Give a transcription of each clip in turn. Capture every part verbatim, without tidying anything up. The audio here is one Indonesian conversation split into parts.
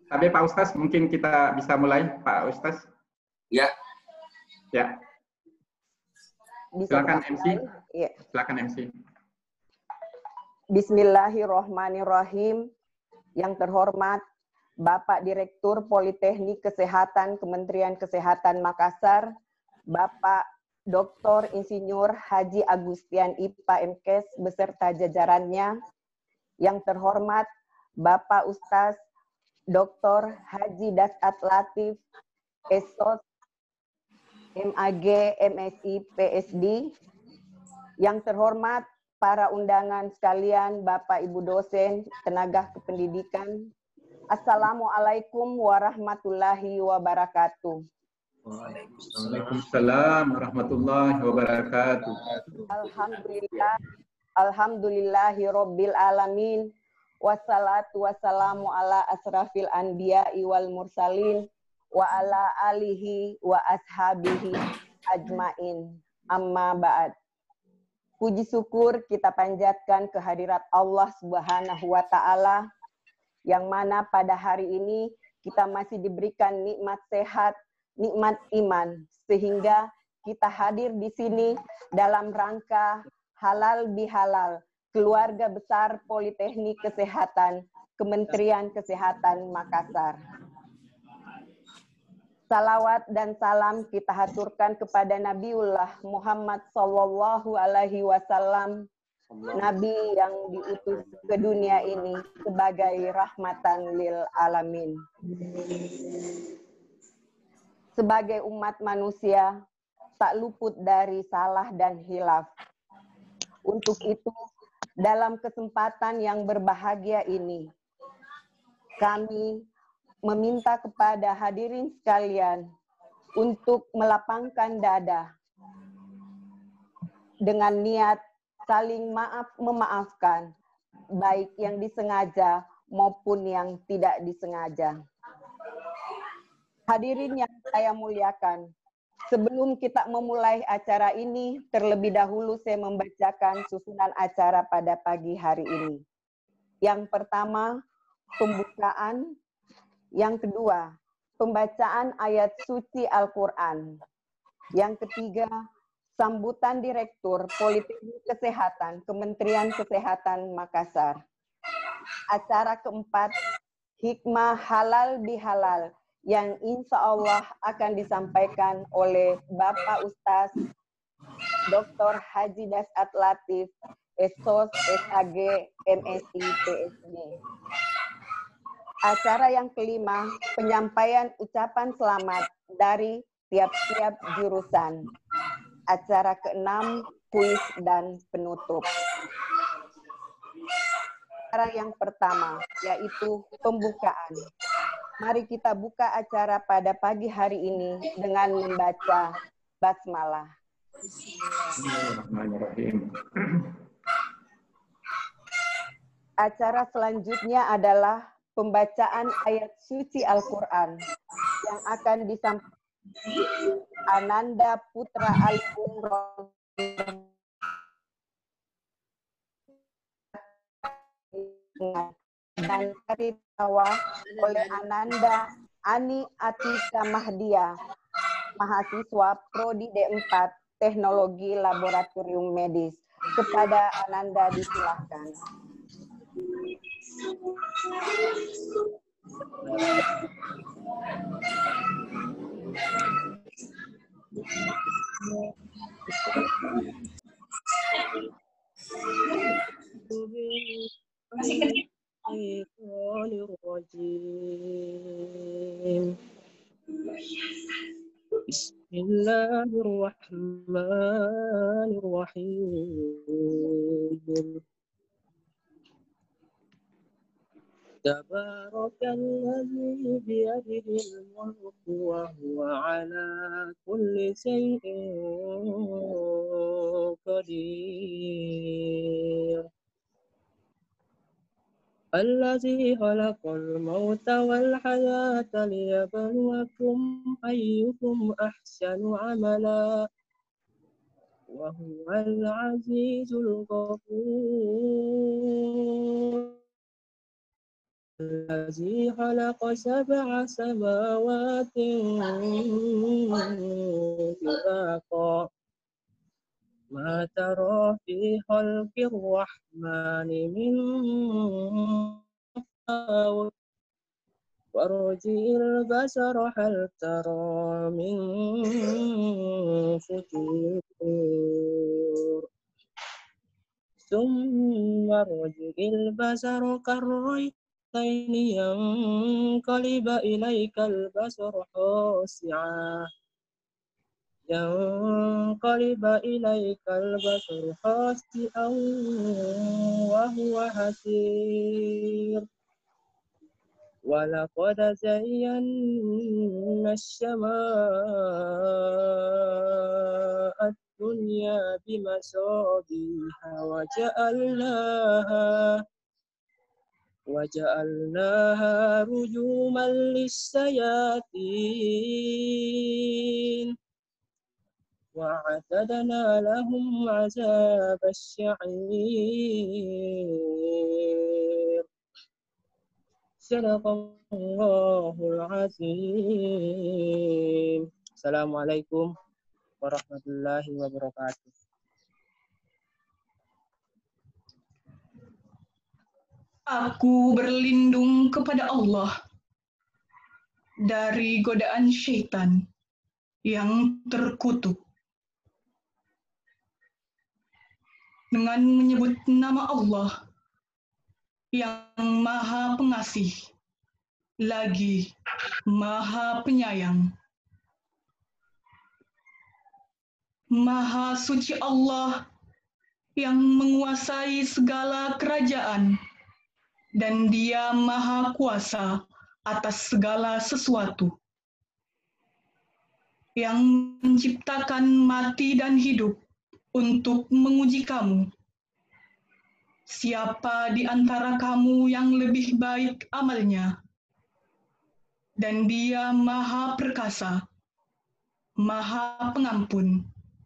Tapi Pak Ustaz, mungkin kita bisa mulai, Pak Ustaz. Ya. Ya. Bisa Silakan M C. Ya. Silakan M C. Bismillahirrahmanirrahim. Yang terhormat Bapak Direktur Politeknik Kesehatan Kementerian Kesehatan Makassar, Bapak Doktor Insinyur Haji Agustian I P A M Kes beserta jajarannya. Yang terhormat Bapak Ustaz Doktor Haji Dasat Latif, S O S, M A G, M Si, P S D. Yang terhormat para undangan sekalian, Bapak Ibu dosen, tenaga kependidikan. Assalamualaikum warahmatullahi wabarakatuh. Waalaikumsalam warahmatullahi wabarakatuh. Alhamdulillah, alhamdulillahi robbil alamin. Wassalatu wassalamu ala asrafil anbiya'i wal mursalin wa ala alihi wa ashabihi ajmain. Amma ba'd. Puji syukur kita panjatkan kehadirat Allah Subhanahu wa taala yang mana pada hari ini kita masih diberikan nikmat sehat, nikmat iman sehingga kita hadir di sini dalam rangka halal bihalal Keluarga Besar Politeknik Kesehatan Kementerian Kesehatan Makassar. Salawat dan salam kita haturkan kepada Nabiullah Muhammad Sallallahu Alaihi Wasallam, Nabi yang diutus ke dunia ini sebagai rahmatan lil alamin. Sebagai umat manusia, tak luput dari salah dan hilaf. Untuk itu, dalam kesempatan yang berbahagia ini, kami meminta kepada hadirin sekalian untuk melapangkan dada dengan niat saling maaf memaafkan, baik yang disengaja maupun yang tidak disengaja. Hadirin yang saya muliakan, sebelum kita memulai acara ini, terlebih dahulu saya membacakan susunan acara pada pagi hari ini. Yang pertama, pembukaan. Yang kedua, pembacaan ayat suci Al-Quran. Yang ketiga, sambutan Direktur Politeknik Kesehatan Kementerian Kesehatan Makassar. Acara keempat, hikmah halal bihalal, yang insya Allah akan disampaikan oleh Bapak Ustaz Doktor Haji Dasat Latif, S O S, S A G, M Si, P S D. Acara yang kelima, penyampaian ucapan selamat dari tiap-tiap jurusan. Acara keenam, kuis dan penutup. Acara yang pertama, yaitu pembukaan. Mari kita buka acara pada pagi hari ini dengan membaca basmalah. Bismillahirrahmanirrahim. Acara selanjutnya adalah pembacaan ayat suci Al-Quran yang akan disampaikan Ananda Putra Al-Umroh dan Karitawa oleh Ananda Ani Atika Mahdia, mahasiswa Prodi D empat Teknologi Laboratorium Medis. Kepada Ananda disilahkan. Masih kecil. Bismillahirrahmanirrahim. Tabarakalladzi biyadihil mulku wa huwa ala kulli syai'in qadir. Allazi khalaqal mauta wal hayata liyabluwakum ayyukum ahsanu amala wa huwal azizul ghafur. الذي خلق سبع سماوات طباقا ما ترى في خلق الرحمن من تفاوت وارجع البصر هل ترى من فتور ثم ارجع البصر كرتين ينقلب إليك البصر خاسعا ينقلب إليك البصر خاسئا وهو حسير ولقد زينا السماء الدنيا بمصابيح وجعلناها وجعلناها رجوما للشياطين وأعتدنا لهم عذاب السعير صدق الله العظيم. Assalamualaikum warahmatullahi wabarakatuh. Aku berlindung kepada Allah dari godaan syaitan yang terkutuk. Dengan menyebut nama Allah yang Maha Pengasih, lagi Maha Penyayang. Maha suci Allah yang menguasai segala kerajaan, dan Dia Maha Kuasa atas segala sesuatu. Yang menciptakan mati dan hidup untuk menguji kamu. Siapa di antara kamu yang lebih baik amalnya? Dan Dia Maha Perkasa, Maha Pengampun,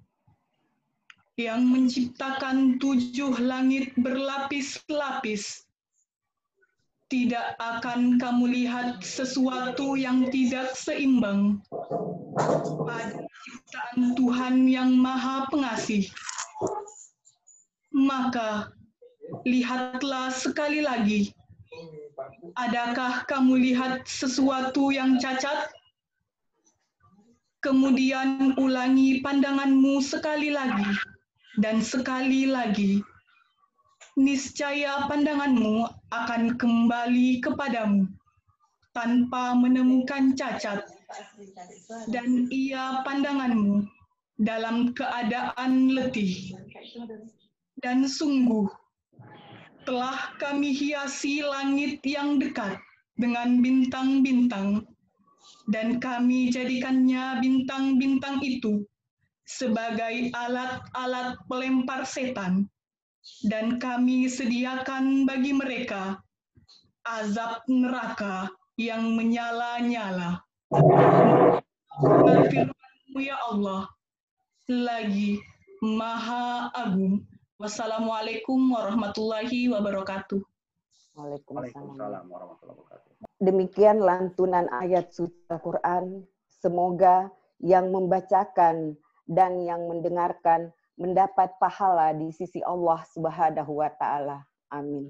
yang menciptakan tujuh langit berlapis-lapis. Tidak akan kamu lihat sesuatu yang tidak seimbang pada ciptaan Tuhan yang Maha Pengasih. Maka lihatlah sekali lagi. Adakah kamu lihat sesuatu yang cacat? Kemudian ulangi pandanganmu sekali lagi dan sekali lagi. Niscaya pandanganmu akan kembali kepadamu tanpa menemukan cacat, dan ia pandanganmu dalam keadaan letih. Dan sungguh, telah kami hiasi langit yang dekat dengan bintang-bintang, dan kami jadikannya bintang-bintang itu sebagai alat-alat pelempar setan, dan kami sediakan bagi mereka azab neraka yang menyala-nyala. Firman-Mu ya Allah, lagi Maha Agung. Wassalamualaikum warahmatullahi wabarakatuh. Waalaikumsalam. warahmatullahi wabarakatuh. Demikian lantunan ayat suci Al-Quran. Semoga yang membacakan dan yang mendengarkan mendapat pahala di sisi Allah Subhanahu wa Ta'ala. Amin.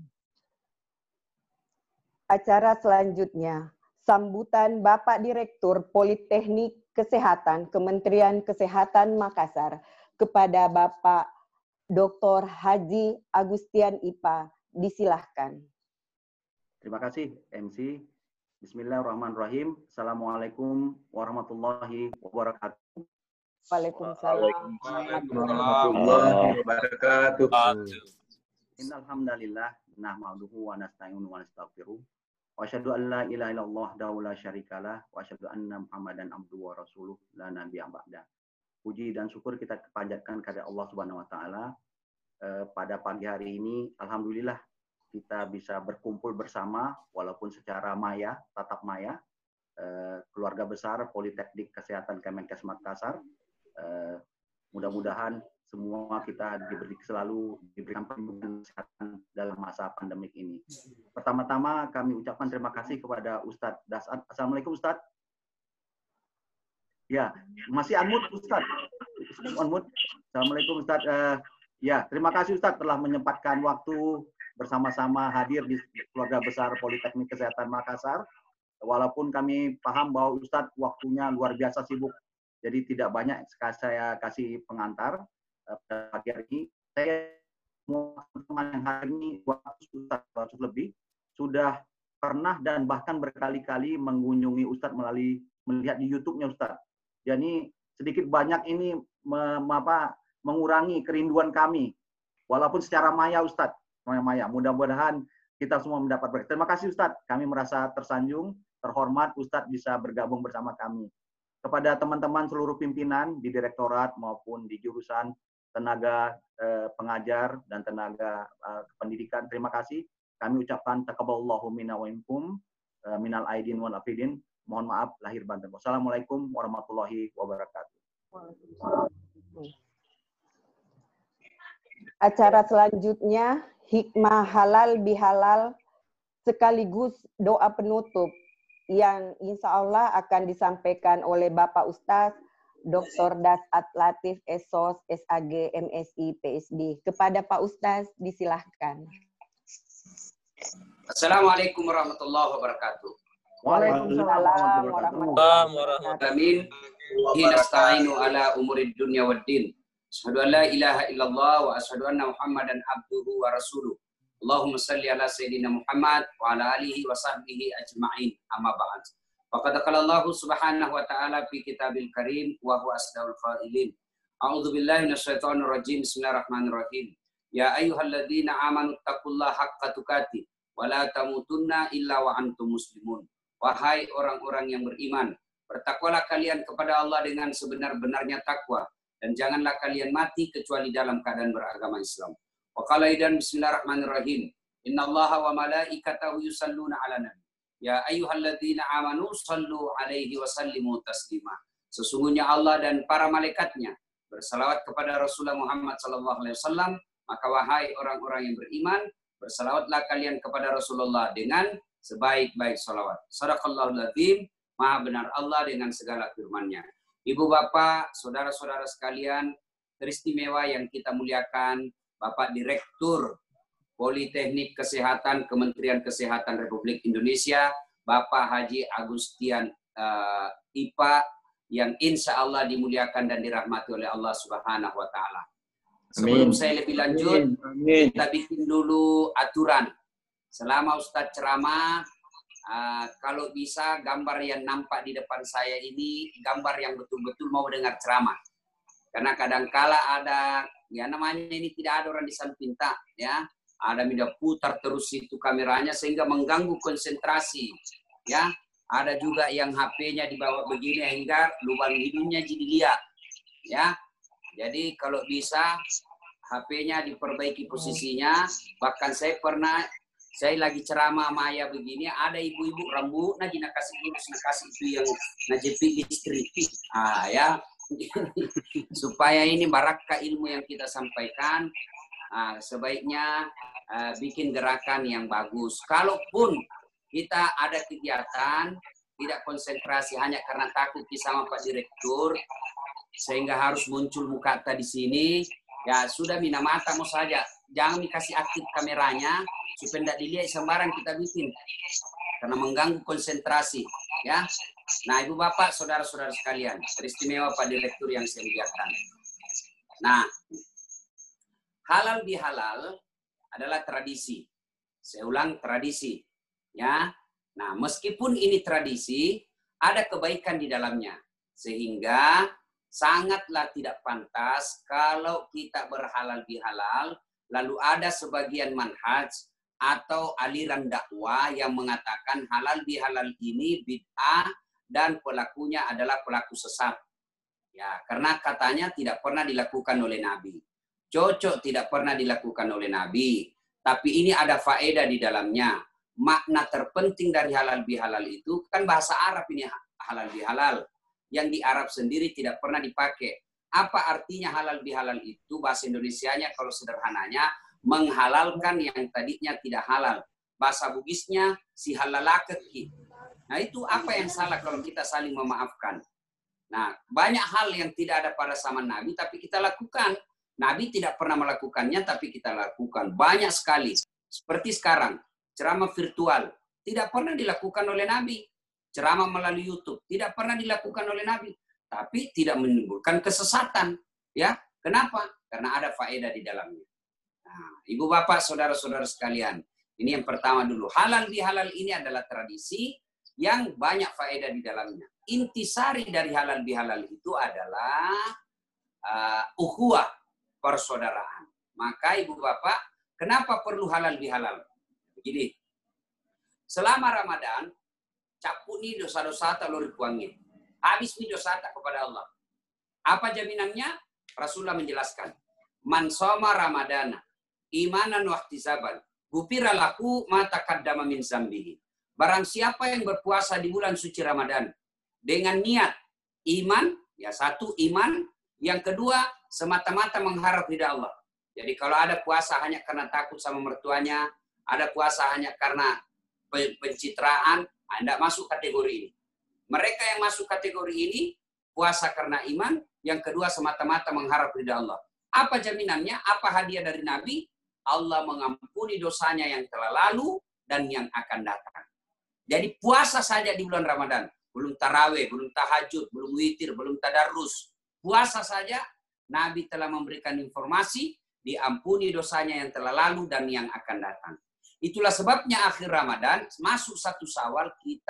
Acara selanjutnya, sambutan Bapak Direktur Politeknik Kesehatan Kementerian Kesehatan Makassar kepada Bapak Doktor Haji Agustian I P A. Disilahkan. Terima kasih M C. Bismillahirrahmanirrahim. Assalamualaikum warahmatullahi wabarakatuh. Waalaikumsalam. warahmatullahi wabarakatuh. Innal hamdalillah nahmaduhu wa nasta'inuhu wa nastaghfiruh. Wa asyhadu an la ilaha illallah wahdahu la syarikalah wa asyhadu anna Muhammadan abduhu wa rasuluh la nabiyya ba'da. Puji dan syukur kita panjatkan kepada Allah Subhanahu wa taala. Eh, pada pagi hari ini alhamdulillah kita bisa berkumpul bersama walaupun secara maya, tatap maya, eh, keluarga besar Politeknik Kesehatan Kemenkes Makassar. Eh, mudah-mudahan semua kita diberi selalu diberikan perlindungan kesehatan dalam masa pandemik ini. Pertama-tama kami ucapkan terima kasih kepada Ustadz Dasat. Assalamualaikum Ustadz. Ya, masih unmute Ustadz. Unmute. Assalamualaikum Ustadz. Uh, ya, terima kasih Ustadz telah menyempatkan waktu bersama-sama hadir di keluarga besar Politeknik Kesehatan Makassar. Walaupun kami paham bahwa Ustadz waktunya luar biasa sibuk, jadi tidak banyak saya kasih pengantar pada pagi hari ini. Saya semua teman yang hari ini dua ratus lebih sudah pernah dan bahkan berkali-kali mengunjungi Ustadz melalui melihat di YouTube-nya Ustadz. Jadi sedikit banyak ini me, apa, mengurangi kerinduan kami, walaupun secara maya Ustadz, maya. Mudah-mudahan kita semua mendapat berkah. Terima kasih Ustadz. Kami merasa tersanjung, terhormat Ustadz bisa bergabung bersama kami. Kepada teman-teman seluruh pimpinan di direktorat maupun di jurusan tenaga eh, pengajar dan tenaga eh, pendidikan, terima kasih. Kami ucapkan taqabbalallahu minna wa minkum eh, minal aidin wal afidin. Mohon maaf lahir batin. Wassalamualaikum warahmatullahi wabarakatuh. Acara selanjutnya hikmah halal bihalal sekaligus doa penutup yang insya Allah akan disampaikan oleh Bapak Ustadz Doktor Dasat Latif S O S, S A G, M Si, P S D. Kepada Pak Ustadz disilahkan. Assalamualaikum warahmatullahi wabarakatuh. Waalaikumsalam warahmatullahi wabarakatuh. Amin. Nasta'inu ala umurid dunya waddin. Asyhadu an la ilaha illallah wa asyhadu anna Muhammadan abduhu wa rasuluh. Allahumma salli ala sayyidina Muhammad wa ala alihi wa sahbihi ajma'in. Amma ba'd. Faqad qala Allah subhanahu wa ta'ala fi kitabil karim wa huwa asdaul qailin. A'udzu billahi minasyaitonir rajim. Bismillahirrahmanirrahim. Ya ayyuhalladzina amanu taqullaha haqqa tuqatih wa la tamutunna illa wa antum muslimun. Wahai orang-orang yang beriman, bertakwalah kalian kepada Allah dengan sebenar-benarnya takwa dan janganlah kalian mati kecuali dalam keadaan beragama Islam. Wa qala idan bismillahirrahmanirrahim. Innallaha wa malaikatahu yusalluna 'alan nabi. Ya ayyuhalladzina amanu sallu 'alaihi wa sallimu taslima. Sesungguhnya Allah dan para malaikatnya bersalawat kepada Rasulullah Muhammad sallallahu alaihi wasallam, maka wahai orang-orang yang beriman, bersalawatlah kalian kepada Rasulullah dengan sebaik-baik salawat. Shadaqallahul azim, maha benar Allah dengan segala firman-Nya. Ibu bapak, saudara-saudara sekalian, teristimewa yang kita muliakan, Bapak Direktur Politeknik Kesehatan Kementerian Kesehatan Republik Indonesia, Bapak Haji Agustian uh, I P A, yang insya Allah dimuliakan dan dirahmati oleh Allah Subhanahu Wa Taala. Sebelum Amin. Saya lebih lanjut, Amin. Kita bikin dulu aturan. Selama Ustadz ceramah, uh, kalau bisa gambar yang nampak di depan saya ini gambar yang betul-betul mau dengar ceramah. Karena kadangkala ada, ya namanya ini tidak ada orang di samping tak, ya. Ada media putar terus itu kameranya sehingga mengganggu konsentrasi, ya. Ada juga yang H P-nya dibawa begini hingga lubang hidungnya jadi lihat, ya. Jadi kalau bisa H P-nya diperbaiki posisinya. Bahkan saya pernah, saya lagi ceramah Maya begini, ada ibu-ibu rambut, nah nak kasih lurus, nak kasih itu yang najepit listrik, ah ya, supaya ini barakah ilmu yang kita sampaikan. Nah, sebaiknya uh, bikin gerakan yang bagus. Kalaupun kita ada kegiatan, tidak konsentrasi hanya karena takut sama Pak Direktur, sehingga harus muncul muka di sini, ya sudah mina mata mau saja. Jangan dikasih aktif kameranya, supaya tidak dilihat sembarang kita bikin. Karena mengganggu konsentrasi. Ya. Nah, Ibu Bapak, Saudara-saudara sekalian, teristimewa Pak Direktur yang saya muliakan. Nah, halal bihalal adalah tradisi. Saya ulang, tradisi. Ya. Nah, meskipun ini tradisi, ada kebaikan di dalamnya. Sehingga sangatlah tidak pantas kalau kita berhalal bihalal, lalu ada sebagian manhaj atau aliran dakwah yang mengatakan halal bihalal ini bid'ah dan pelakunya adalah pelaku sesat. Ya, karena katanya tidak pernah dilakukan oleh Nabi. Cocok tidak pernah dilakukan oleh Nabi, tapi ini ada faedah di dalamnya. Makna terpenting dari halal bihalal itu kan bahasa Arab ini halal bihalal, yang di Arab sendiri tidak pernah dipakai. Apa artinya halal bihalal itu? Bahasa Indonesianya kalau sederhananya, menghalalkan yang tadinya tidak halal. Bahasa Bugisnya, si halalakeki. Nah itu apa yang salah kalau kita saling memaafkan? Nah banyak hal yang tidak ada pada zaman Nabi, tapi kita lakukan. Nabi tidak pernah melakukannya, tapi kita lakukan. Banyak sekali. Seperti sekarang, ceramah virtual. Tidak pernah dilakukan oleh Nabi. Ceramah melalui YouTube. Tidak pernah dilakukan oleh Nabi. Tapi tidak menimbulkan kesesatan. Ya, kenapa? Karena ada faedah di dalamnya. Nah, Ibu Bapak, saudara-saudara sekalian. Ini yang pertama dulu. Halal bihalal ini adalah tradisi yang banyak faedah di dalamnya. Intisari dari halal bihalal itu adalah uh, ukhuwah, persaudaraan. Maka Ibu Bapak, kenapa perlu halal bihalal? Begini, selama Ramadan, capuk nih dosa-dosa tak lo dikuangin. Habis nih dosa tak kepada Allah. Apa jaminannya? Rasulullah menjelaskan. Man shoma Ramadana, imanan wahtisaban, gufira lahu ma taqaddama min zambihi. Barang siapa yang berpuasa di bulan suci Ramadan dengan niat iman, ya satu iman, yang kedua semata-mata mengharap ridha Allah. Jadi kalau ada puasa hanya karena takut sama mertuanya, ada puasa hanya karena pencitraan, Anda masuk kategori ini. Mereka yang masuk kategori ini puasa karena iman, yang kedua semata-mata mengharap ridha Allah. Apa jaminannya? Apa hadiah dari Nabi? Allah mengampuni dosanya yang telah lalu dan yang akan datang. Jadi puasa saja di bulan Ramadan, belum taraweh, belum tahajud, belum witir, belum tadarus. Puasa saja, Nabi telah memberikan informasi, diampuni dosanya yang telah lalu dan yang akan datang. Itulah sebabnya akhir Ramadan, masuk satu Syawal, kita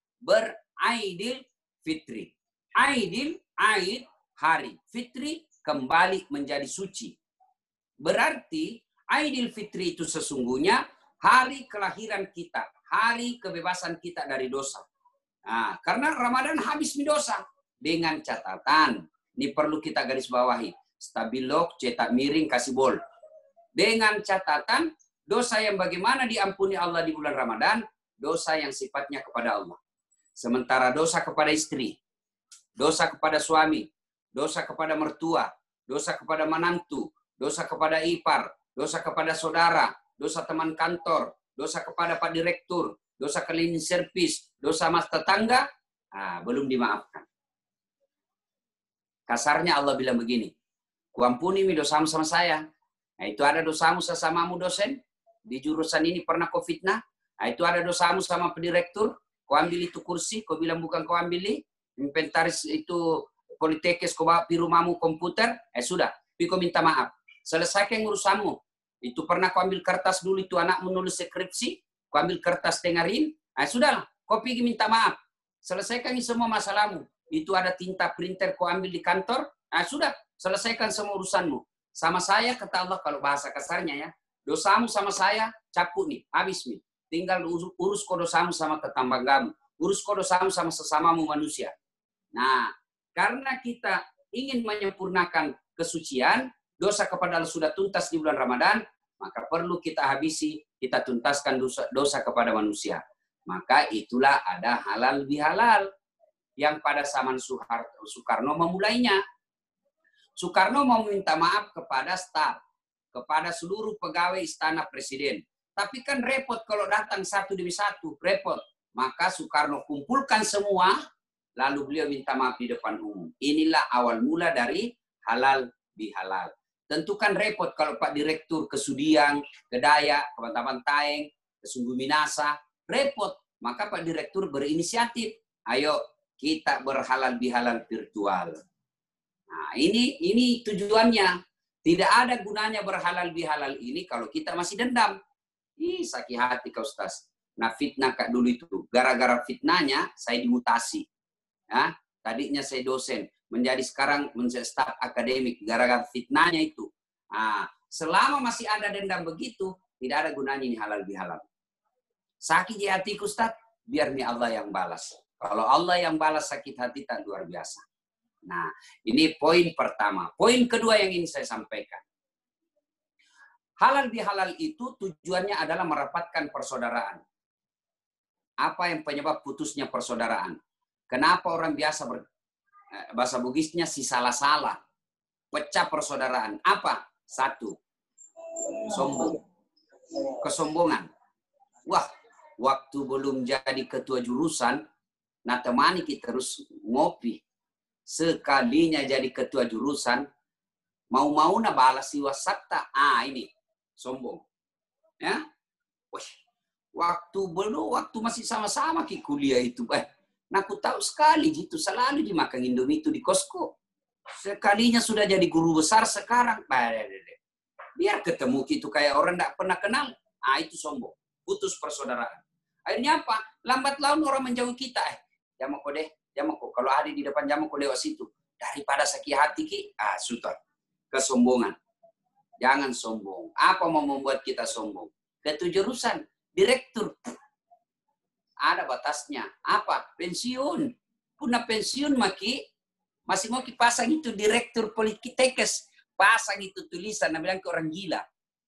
beraidil fitri. Aidil, aid, hari. Fitri, kembali menjadi suci. Berarti, aidil fitri itu sesungguhnya hari kelahiran kita. Hari kebebasan kita dari dosa. Nah, karena Ramadan habis dosa. Dengan catatan, ini perlu kita garis bawahi. Stabilok, cetak miring, kasih bol. Dengan catatan, dosa yang bagaimana diampuni Allah di bulan Ramadan, dosa yang sifatnya kepada Allah. Sementara dosa kepada istri, dosa kepada suami, dosa kepada mertua, dosa kepada menantu, dosa kepada ipar, dosa kepada saudara, dosa teman kantor, dosa kepada Pak Direktur, dosa cleaning service, dosa mas tetangga, ah, belum dimaafkan. Kasarnya Allah bilang begini, kuampuni mi dosamu sama saya. Nah, itu ada dosamu sesamamu dosen, di jurusan ini pernah kau fitnah. Nah, itu ada dosamu sama pendirektur, kau ambil itu kursi, kau bilang bukan kau ambil, inventaris itu politekes, kau bawa di rumahmu komputer, eh sudah, tapi kau minta maaf. Selesaikan urusanmu. Itu pernah kau ambil kertas dulu, itu anak menulis skripsi, kau ambil kertas dengarin, eh sudahlah, kau pergi minta maaf. Selesaikan semua masalahmu. Itu ada tinta printer kau ambil di kantor, nah sudah, selesaikan semua urusanmu. Sama saya, kata Allah, kalau bahasa kasarnya ya, dosamu sama saya, capuk nih, habis nih. Tinggal urus, urus kau dosamu sama tetanggamu, urus kau dosamu sama sesamamu manusia. Nah, karena kita ingin menyempurnakan kesucian, dosa kepada Allah sudah tuntas di bulan Ramadan, maka perlu kita habisi, kita tuntaskan dosa, dosa kepada manusia. Maka itulah ada halal bihalal yang pada zaman Soekarno memulainya. Soekarno mau minta maaf kepada staf, kepada seluruh pegawai istana presiden. Tapi kan repot kalau datang satu demi satu, repot. Maka Soekarno kumpulkan semua, lalu beliau minta maaf di depan umum. Inilah awal mula dari halal bihalal. Tentu kan repot kalau Pak Direktur ke Sudiang, ke Dayak, ke Bantaban Taeng, ke Sungguh Minasa, repot. Maka Pak Direktur berinisiatif, ayo kita berhalal bihalal virtual. Nah, ini ini tujuannya. Tidak ada gunanya berhalal bihalal ini kalau kita masih dendam. Ih, sakit hati kau Ustaz. Nah, fitnah kak dulu itu. Gara-gara fitnahnya saya dimutasi. Ya, tadinya saya dosen, menjadi sekarang menjadi staf akademik gara-gara fitnahnya itu. Nah, selama masih ada dendam begitu, tidak ada gunanya ini halal bihalal. Sakit di hatiku Ustaz, biar nih Allah yang balas. Kalau Allah yang balas sakit hati tak luar biasa. Nah, ini poin pertama. Poin kedua yang ingin saya sampaikan. Halal bihalal itu tujuannya adalah merapatkan persaudaraan. Apa yang penyebab putusnya persaudaraan? Kenapa orang biasa ber, bahasa Bugisnya si salah-salah? pecah persaudaraan. Apa? Satu, sombong. Kesombongan. Wah, waktu belum jadi ketua jurusan, nah temani kita terus ngopi. Sekalinya jadi ketua jurusan, mau-mau na balas si WhatsApp tak? Ah, ini sombong. Ya, wih, waktu belum, waktu masih sama-sama ki kuliah itu, eh, nah aku tahu sekali gitu, selalu dimakan Indomie itu di kosku. Sekalinya sudah jadi guru besar sekarang, biar ketemu gitu kayak orang tidak pernah kenal. Ah, itu sombong, putus persaudaraan. Akhirnya apa? Lambat laun orang menjauhi kita. Eh, jamak kok deh, jamak kok. Kalau ada di depan jamak kok lewat situ. Daripada sakit hati ki, ah sudah. Kesombongan. Jangan sombong. Apa mau membuat kita sombong? Ketua jurusan, direktur. Ada batasnya. Apa? Pensiun. Punah pensiun maki, masih mau kipasang itu direktur Politekes. Pasang itu tulisan, nah bilang ke orang gila.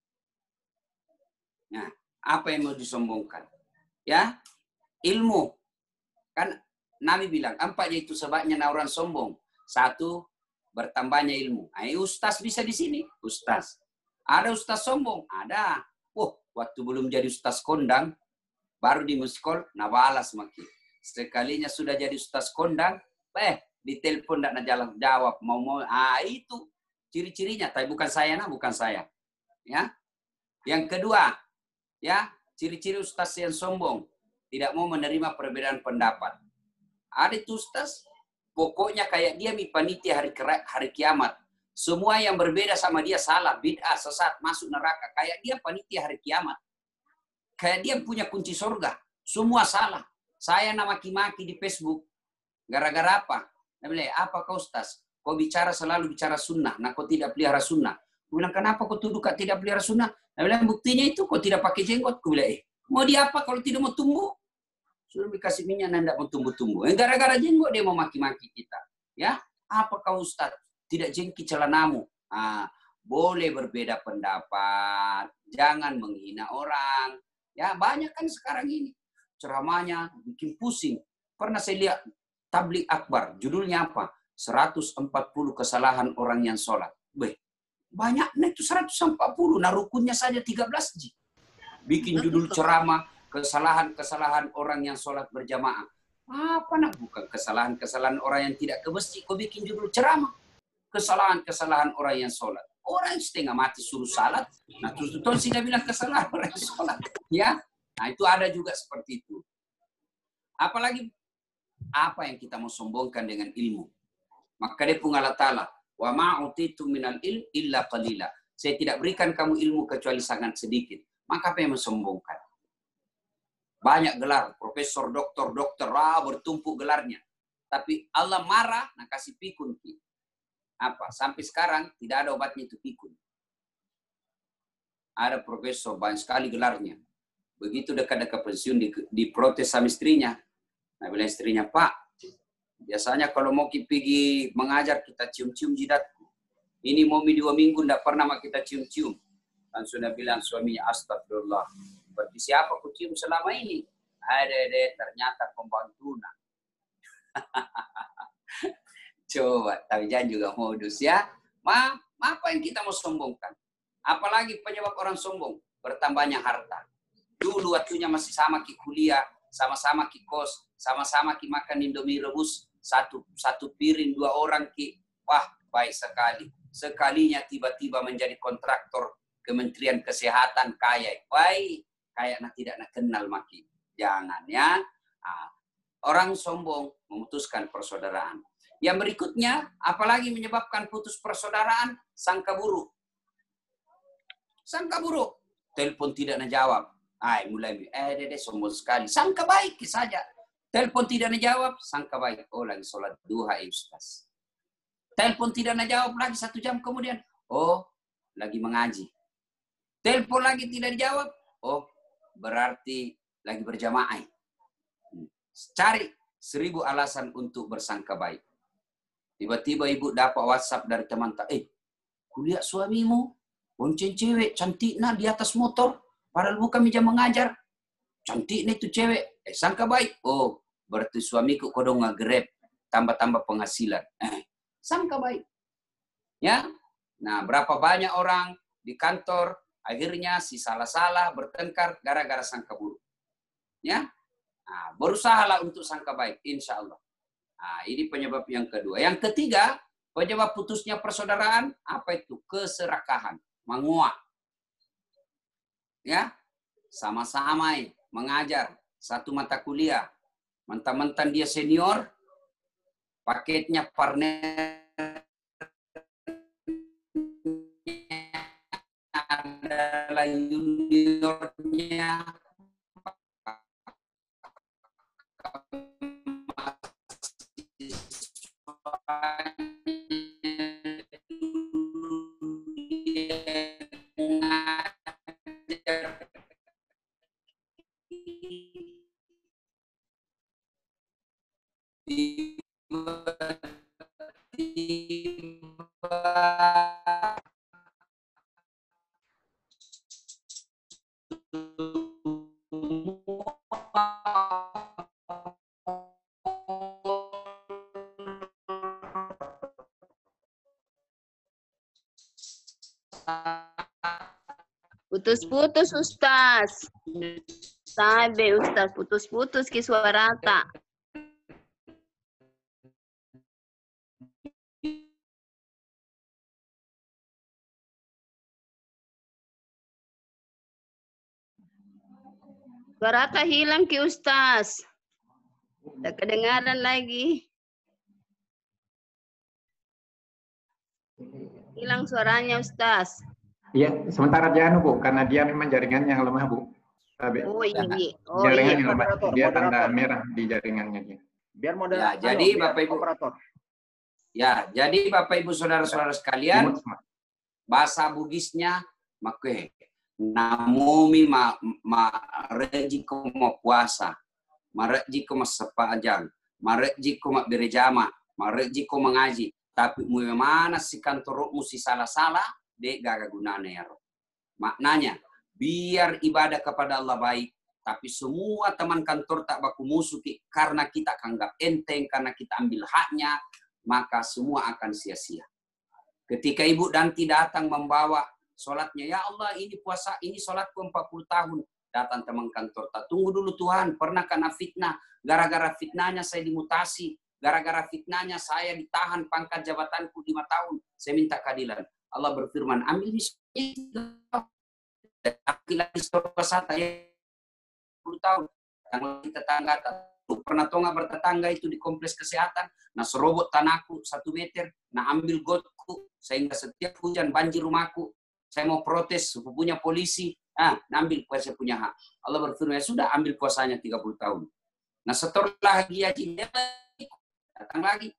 Nah, apa yang mau disombongkan? Ya, ilmu. Kan Nabi bilang, empat yaitu sebabnya orang sombong. Satu, bertambahnya ilmu. Nah, ustaz bisa di sini. Ustaz. Ada ustaz sombong? Ada. Oh, waktu belum jadi ustaz kondang, baru di muskol, nah balas makin. Sekalinya sudah jadi ustaz kondang, eh, ditelepon tidak jalan jawab. Mau-mau, ah itu ciri-cirinya. Tapi bukan saya, nah bukan saya. Ya. Yang kedua, ya, ciri-ciri ustaz yang sombong. Tidak mau menerima perbedaan pendapat. Ada itu ustaz, pokoknya kayak dia mi panitia hari, hari kiamat. Semua yang berbeda sama dia salah, bid'ah, sesat, masuk neraka. Kayak dia panitia hari kiamat. Kayak dia punya kunci surga. Semua salah. Saya nama maki-maki di Facebook. Gara-gara apa? Nah, bilang, apa kau ustaz? Kau bicara selalu bicara sunnah. Nah, kau tidak pelihara sunnah. Aku bilang, kenapa kau tuduh kau tidak pelihara sunnah? Nah, bilang, buktinya itu kau tidak pakai jenggot. Aku bilang, eh, mau dia apa kalau tidak mau tumbuh? Suruh dikasih minyak dan tidak mau tumbuh-tumbuh. Eh, gara-gara jenggot dia mau maki-maki kita. Ya, apa kau ustaz? Tidak jengki celanamu. Ah, boleh berbeda pendapat. Jangan menghina orang. Ya, banyak kan sekarang ini. Ceramahnya bikin pusing. Pernah saya lihat tabligh akbar. Judulnya apa? seratus empat puluh kesalahan orang yang sholat. Beh, banyaknya itu seratus empat puluh. Nah, rukunnya saja tiga belas ji. Bikin judul ceramah, kesalahan-kesalahan orang yang sholat berjamaah. Apa nak? Bukan kesalahan-kesalahan orang yang tidak ke masjid. Kau bikin judul ceramah. Kesalahan-kesalahan orang yang sholat. Orang setengah mati suruh salat. Nah, terus-terus sehingga bilang kesalahan orang yang sholat. Ya, nah itu ada juga seperti itu. Apalagi apa yang kita mau sombongkan dengan ilmu. Maka dia pun Allah Ta'ala. Wa ma'utitu minal ilm illa qalila. Saya tidak berikan kamu ilmu kecuali sangat sedikit. Maka apa yang mensombongkan? Banyak gelar. Profesor, doktor, dokter. Ah, bertumpuk gelarnya. Tapi Allah marah, nah kasih pikun. Apa? Sampai sekarang tidak ada obatnya itu pikun. Ada profesor, banyak sekali gelarnya. Begitu dekat-dekat pensiun, di, diprotes sama istrinya. Nah, bilang istrinya, Pak, biasanya kalau mau pergi mengajar, kita cium-cium jidatku. Ini mau dua minggu, tidak pernah kita cium-cium. Dan sudah bilang suaminya, astagfirullah. Berarti siapa aku cium selama ini? Ada-ada, ternyata pembantuna. Coba, tapi jangan juga modus ya. Ma, apa yang kita mau sombongkan? Apalagi penyebab orang sombong? Bertambahnya harta. Dulu waktunya masih sama ki kuliah, sama-sama ki kos, sama-sama ki makan Indomie rebus, satu satu piring dua orang ki. Wah, baik sekali. Sekalinya tiba-tiba menjadi kontraktor Kementerian Kesehatan kaya. Baik, kayak nak tidak nak kenal maki. Jangan ya. Nah, orang sombong memutuskan persaudaraan. Yang berikutnya, apalagi menyebabkan putus persaudaraan, sangka buruk. Sangka buruk. Telepon tidak najawab. Ay, mulai, eh, dede, sombong sekali. Sangka baik saja. Telepon tidak najawab, sangka baik. Oh, lagi sholat duha, Ustaz. Telepon tidak najawab lagi satu jam kemudian. Oh, lagi mengaji. Telepon lagi tidak dijawab. Oh, berarti lagi berjamaah. Cari seribu alasan untuk bersangka baik. Tiba-tiba ibu dapat WhatsApp dari teman tak, eh, kuliah suamimu, bonceng cewek, cantik nah di atas motor, padahal bukan meja mengajar. Cantik nih tuh cewek, eh sangka baik. Oh, berarti suamiku kodong nge-grab, tambah-tambah penghasilan. Eh, sangka baik. Ya, Nah, berapa banyak orang di kantor akhirnya si salah-salah bertengkar gara-gara sangka buruk. Ya, nah, berusahalah untuk sangka baik, insya Allah. Nah, ini penyebab yang kedua. Yang ketiga, penyebab putusnya persaudaraan apa itu? Keserakahan, menguak. Ya, sama-sama mengajar satu mata kuliah, mentang-mentang dia senior, paketnya partner adalah juniornya, Putus-putus Ustaz. Sabe Ustaz, putus-putus ki suara tak. Suara tak hilang ki Ustaz. Tak kedengaran lagi. Hilang suaranya Ustaz. Iya, sementara dia anu, Bu, karena dia memang jaringan yang lemah, Bu. Tapi Oh iya. Oh jaringan iya. yang lemah. Moderator, Dia moderator. tanda merah di jaringannya dia. Biar Ya, moderator. jadi biar Bapak Ibu operator. Ya, jadi Bapak Ibu saudara-saudara sekalian, Dimut semua. bahasa Bugisnya make namomi ma ma reji ko ma puasa, mareji ko masepajang, mareji ko ma berjama, mareji ko mengaji. Tapi mu mana si kantormu si salah-salah, dek gaga gunanya ya. Maknanya, biar ibadah kepada Allah baik, tapi semua teman kantor tak baku musuh karena kita anggap enteng, karena kita ambil haknya, maka semua akan sia-sia. Ketika Ibu Danti datang membawa sholatnya, ya Allah ini puasa, ini sholatku empat puluh tahun. Datang teman kantor, tak tunggu dulu Tuhan, pernah kena fitnah, gara-gara fitnahnya saya dimutasi, gara-gara fitnahnya saya ditahan pangkat jabatanku lima tahun, saya minta keadilan. Allah berfirman, ambil misalnya laki-laki satu puluh tahun, yang lagi tetangga, pernah tonga bertetangga itu di kompleks kesehatan, nah serobot tanahku satu meter, nah ambil gotku, sehingga setiap hujan banjir rumahku, saya mau protes, sepupunya polisi, ah, ambil puasa punya hak. Allah berfirman, ya sudah ambil puasanya tiga puluh tahun. Nah setelah dia datang lagi,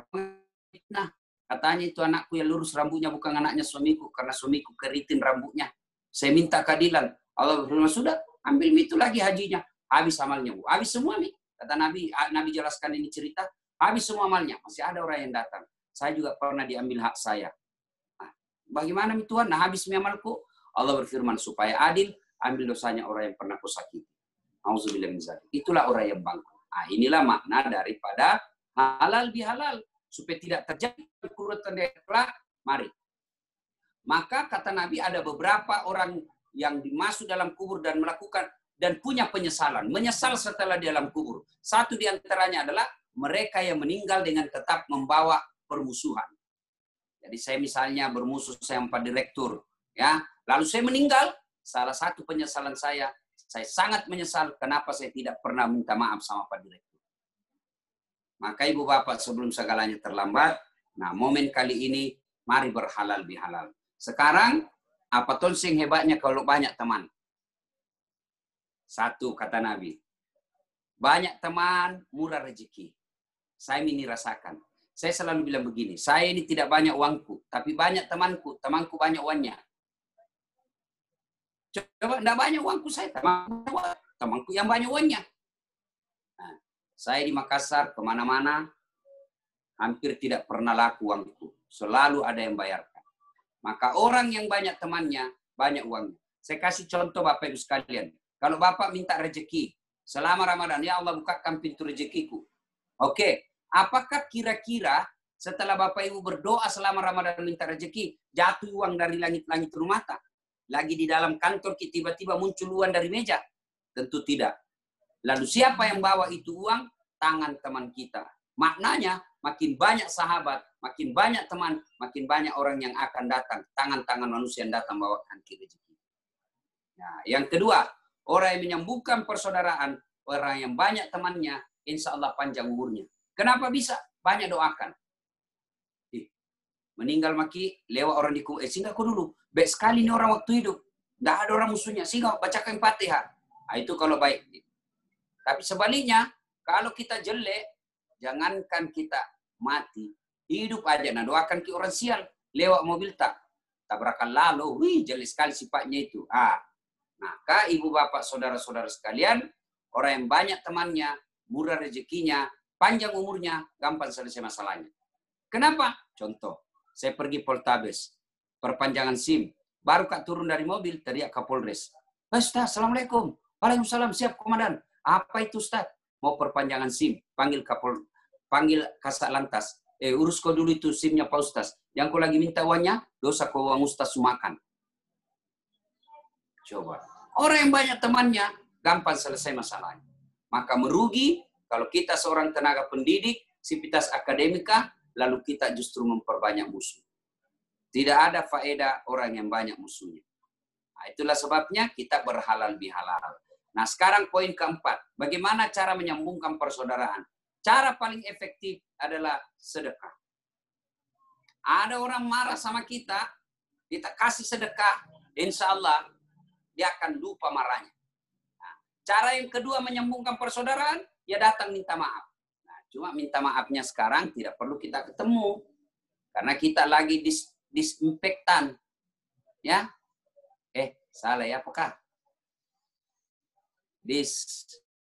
nah katanya itu anakku yang lurus rambutnya bukan anaknya suamiku, karena suamiku keriting rambutnya. Saya minta keadilan. Allah berfirman, sudah ambil itu lagi hajinya. Habis amalnya, Bu. Habis semua nih. Kata Nabi, Nabi jelaskan ini cerita, habis semua amalnya. Masih ada orang yang datang. Saya juga pernah diambil hak saya. Nah, bagaimana Tuhan? Nah, habis amalku. Allah berfirman, supaya adil, ambil dosanya orang yang pernah kusakiti. Auzubillah min dzalik. Itulah orang yang bangkrut. Nah, inilah makna daripada halal bihalal. Supaya tidak terjadi kekurutan kelak. Mari. Maka kata Nabi ada beberapa orang yang dimasuk dalam kubur dan melakukan dan punya penyesalan. Menyesal setelah di dalam kubur. Satu diantaranya adalah mereka yang meninggal dengan tetap membawa permusuhan. Jadi saya misalnya bermusuh saya empat direktur. Ya, lalu saya meninggal. Salah satu penyesalan saya, saya sangat menyesal kenapa saya tidak pernah minta maaf sama Pak Direktur. Maka Ibu Bapak sebelum segalanya terlambat, nah momen kali ini mari berhalal bihalal. Sekarang apa tonsing hebatnya kalau banyak teman? Satu kata Nabi, banyak teman murah rezeki. Saya ini rasakan. Saya selalu bilang begini, saya ini tidak banyak uangku, tapi banyak temanku, temanku banyak uangnya. Coba tidak banyak uangku saya, temanku, temanku yang banyak uangnya. Nah, saya di Makassar kemana-mana hampir tidak pernah laku uangku, selalu ada yang bayarkan. Maka orang yang banyak temannya banyak uangnya. Saya kasih contoh Bapak Ibu sekalian. Kalau Bapak minta rezeki selama Ramadan, ya Allah bukakan pintu rezekiku. Oke, apakah kira-kira setelah Bapak Ibu berdoa selama Ramadan minta rezeki, jatuh uang dari langit-langit rumah tak? Lagi di dalam kantor kita tiba-tiba muncul uang dari meja? Tentu tidak. Lalu siapa yang bawa itu uang? Tangan teman kita. Maknanya makin banyak sahabat, makin banyak teman, makin banyak orang yang akan datang. Tangan-tangan manusia yang datang bawakan rezeki. Nah, yang kedua, orang yang menyambungkan persaudaraan, orang yang banyak temannya, insya Allah panjang umurnya. Kenapa bisa? Banyak doakan. Meninggal maki, lewat orang di kubur. Eh, singgah aku dulu. Baik sekali ini orang waktu hidup. Nggak ada orang musuhnya. Singgah, bacakan Fatihah. Nah, itu kalau baik. Tapi sebaliknya, kalau kita jelek, jangankan kita mati. Hidup aja. Nah, doakan ke orang sial. Lewat mobil tak. Tabrakan lalu. Wih, jelek sekali sifatnya itu. Ah, maka ibu bapak saudara-saudara sekalian, orang yang banyak temannya, murah rezekinya, panjang umurnya, gampang selesai masalahnya. Kenapa? Contoh. Saya pergi Poltabes, perpanjangan SIM. Baru kak turun dari mobil, teriak Kapolres. Ustaz, Assalamualaikum. Waalaikumsalam, siap komandan. Apa itu Ustaz? Mau perpanjangan SIM. Panggil Kapol, panggil Kasat Lantas. Eh, urus kau dulu itu SIM-nya Pak Ustaz. Yang kau lagi minta uangnya, dosa kau uang Ustaz sumakan. Coba. Orang yang banyak temannya, gampang selesai masalahnya. Maka merugi kalau kita seorang tenaga pendidik, sivitas akademika, lalu kita justru memperbanyak musuh. Tidak ada faedah orang yang banyak musuhnya. Nah, itulah sebabnya kita berhalal bihalal. Nah, sekarang poin keempat. Bagaimana cara menyambungkan persaudaraan? Cara paling efektif adalah sedekah. Ada orang marah sama kita, kita kasih sedekah, insya Allah dia akan lupa marahnya. Nah, cara yang kedua menyambungkan persaudaraan, ya datang minta maaf. Cuma minta maafnya sekarang tidak perlu kita ketemu. Karena kita lagi dis, disinfektan. Ya. Eh, salah ya apakah? Dis.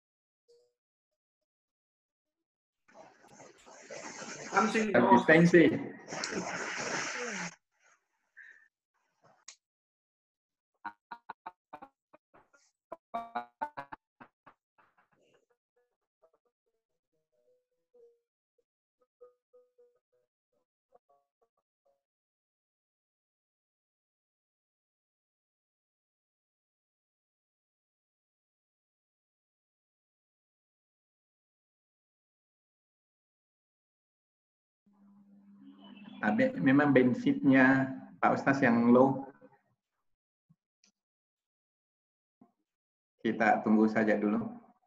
Konsistensi. Ada memang bensinnya Pak Ustaz yang low. Kita tunggu saja dulu.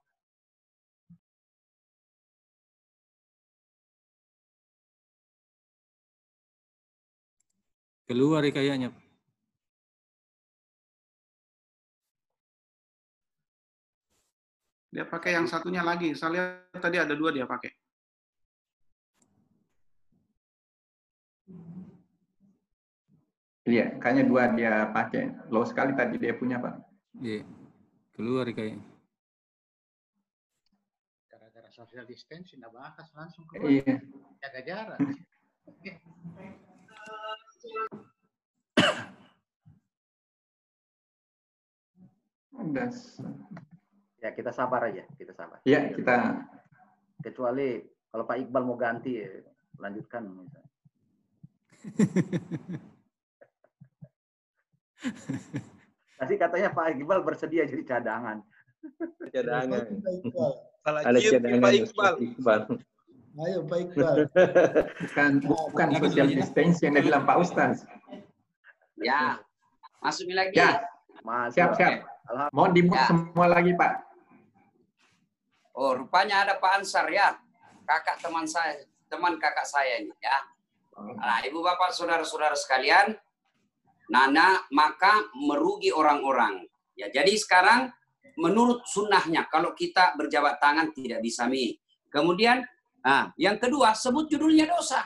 Keluar kayaknya. Dia pakai yang satunya lagi. Saya lihat tadi ada dua dia pakai. Iya, kayaknya dua dia pakai. Low sekali tadi dia punya, Pak. Iya, keluar kayaknya. Gara-gara social distancing, nggak bahas langsung keluar. Iya. Jaga jarak. Das. Ya, kita sabar aja, kita sabar. Iya, kita. Kecuali kalau Pak Iqbal mau ganti, lanjutkan. Misalnya. Tadi katanya Pak Iqbal bersedia jadi cadangan. Cadangan. Ada cadangan Pak Iqbal. Iqbal. Ayo Pak Iqbal. Bukan bukan social distancing yang dibilang Pak Ustaz. Ya, masukin lagi. Ya, siap siap. Mohon dimut ya. Semua lagi Pak. Oh, rupanya ada Pak Ansar ya, kakak teman saya, teman kakak saya ini ya. Nah, ibu bapak saudara-saudara sekalian, Nana maka merugi orang-orang. Ya, jadi sekarang menurut sunnahnya kalau kita berjabat tangan tidak bisa mi. Kemudian, nah, yang kedua sebut judulnya dosa.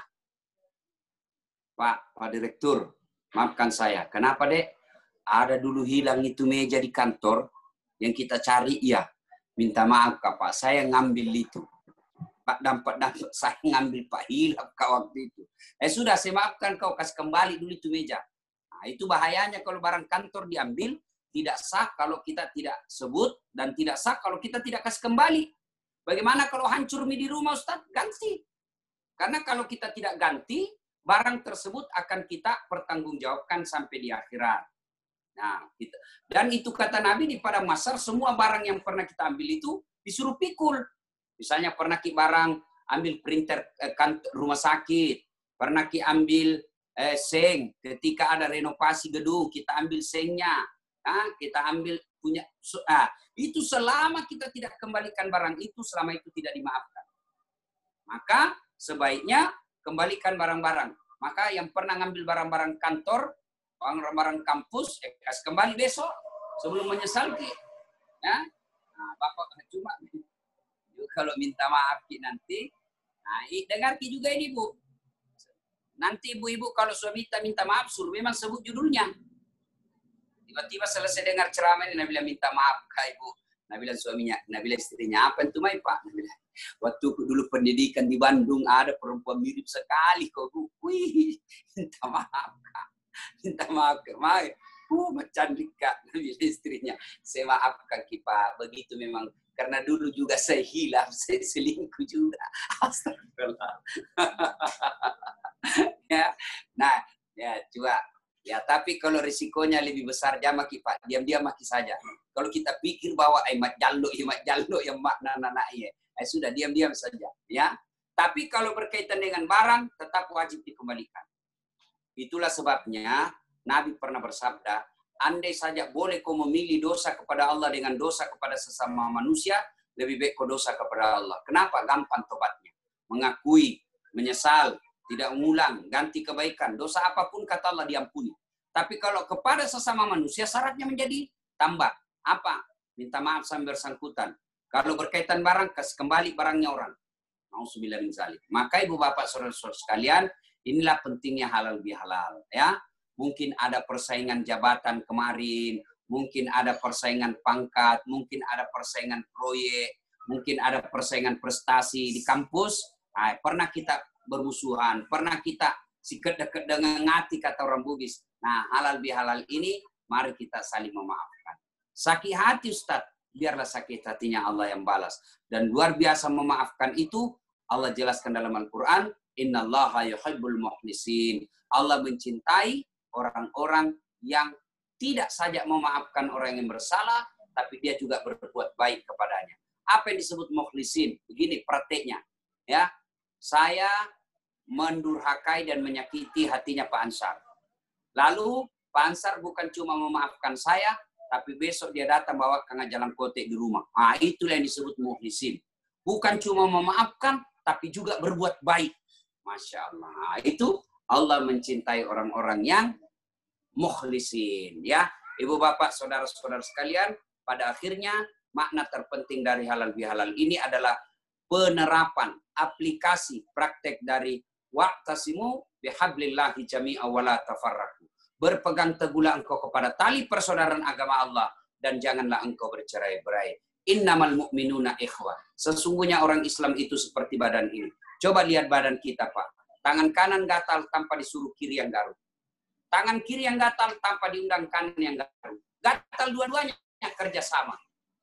Pak, Pak Direktur, maafkan saya. Kenapa dek? Ada dulu hilang itu meja di kantor yang kita cari, iya. Minta maaf Kak Pak, saya ngambil itu. Pak dapat dapat saya ngambil Pak hilang Kak waktu itu. Eh sudah, saya maafkan kau, kasih kembali dulu itu meja. Nah, itu bahayanya kalau barang kantor diambil, tidak sah kalau kita tidak sebut, dan tidak sah kalau kita tidak kasih kembali. Bagaimana kalau hancur mie di rumah Ustaz? Ganti. Karena kalau kita tidak ganti, barang tersebut akan kita pertanggungjawabkan sampai di akhirat. Nah, gitu. Dan itu kata Nabi di padang mahsyar, semua barang yang pernah kita ambil itu disuruh pikul. Misalnya pernah ki barang ambil printer eh, kantor rumah sakit, pernah ki ambil eh, seng ketika ada renovasi gedung, kita ambil sengnya, nah, kita ambil punya. Ah, itu selama kita tidak kembalikan barang itu, selama itu tidak dimaafkan. Maka sebaiknya kembalikan barang-barang. Maka yang pernah ngambil barang-barang kantor, barang-barang kampus, eh, kasih kembali besok sebelum menyesal ki. Ya, nah, Bapak cuma kalau minta maaf ki nanti, nah, dengar ki juga ini Bu. Nanti ibu-ibu kalau suami minta minta maaf, suruh memang sebut judulnya. Tiba-tiba selesai dengar ceramah ini, Nabi bilang minta maaf kak ibu. Nabi bilang suaminya, Nabi bilang istrinya, apa itu mai Pak? Nabi bilang, waktu dulu pendidikan di Bandung ada perempuan mirip sekali kok Bu. Wih, minta maaf kak. Minta maaf kak. Mai. Uh, bercandik kak. Nabi bilang istrinya, saya maafkan Pak. Begitu memang. Karena dulu juga saya hilaf, saya selingkuh juga. Astagfirullah. Ya, nah, ya coba. Ya, tapi kalau risikonya lebih besar, jangan maki Pak, diam-diam maki saja. Kalau kita pikir bahwa emat jallo, emat jallo yang makna nana iya, eh, sudah diam-diam saja. Ya, tapi kalau berkaitan dengan barang, tetap wajib dikembalikan. Itulah sebabnya Nabi pernah bersabda, andai saja boleh kau memilih dosa kepada Allah dengan dosa kepada sesama manusia, lebih baik kau dosa kepada Allah. Kenapa? Gampang tobatnya. Mengakui, menyesal, tidak mengulang, ganti kebaikan. Dosa apapun kata Allah diampuni. Tapi kalau kepada sesama manusia syaratnya menjadi tambah. Apa? Minta maaf sama bersangkutan. Kalau berkaitan barang, kasih kembali barangnya orang. Nauzubillah min dzalik. Maka ibu bapak saudara-saudara sekalian, inilah pentingnya halal bihalal. Ya, mungkin ada persaingan jabatan kemarin, mungkin ada persaingan pangkat, mungkin ada persaingan proyek, mungkin ada persaingan prestasi di kampus. Nah, pernah kita bermusuhan, pernah kita sikat dekat dengan ngati kata orang Bugis. Nah, halal bihalal ini mari kita saling memaafkan. Sakit hati Ustaz, biarlah sakit hatinya Allah yang balas. Dan luar biasa memaafkan itu Allah jelaskan dalam Al-Qur'an, innallaha yuhibbul muhlisin. Allah mencintai orang-orang yang tidak saja memaafkan orang yang bersalah, tapi dia juga berbuat baik kepadanya. Apa yang disebut mukhlisin? Begini prakteknya, ya. Saya mendurhakai dan menyakiti hatinya Pak Ansar. Lalu Pak Ansar bukan cuma memaafkan saya, tapi besok dia datang bawa kang jalan kotek di rumah. Ah, itulah yang disebut mukhlisin. Bukan cuma memaafkan, tapi juga berbuat baik. Masya Allah. Itu Allah mencintai orang-orang yang mukhlisin. Ya, ibu bapak, saudara-saudara sekalian, pada akhirnya makna terpenting dari halal bihalal ini adalah penerapan aplikasi praktek dari wa'tasimu bihablillahi jami'a wa la tafarraqu. Berpegang teguhlah engkau kepada tali persaudaraan agama Allah dan janganlah engkau bercerai-berai. Innamal mu'minuna ikhwah. Sesungguhnya orang Islam itu seperti badan ini. Coba lihat badan kita, Pak. Tangan kanan gatal tanpa disuruh kiri yang garuk. Tangan kiri yang gatal tanpa diundang kanan yang garuk. Gatal dua-duanya kerjasama.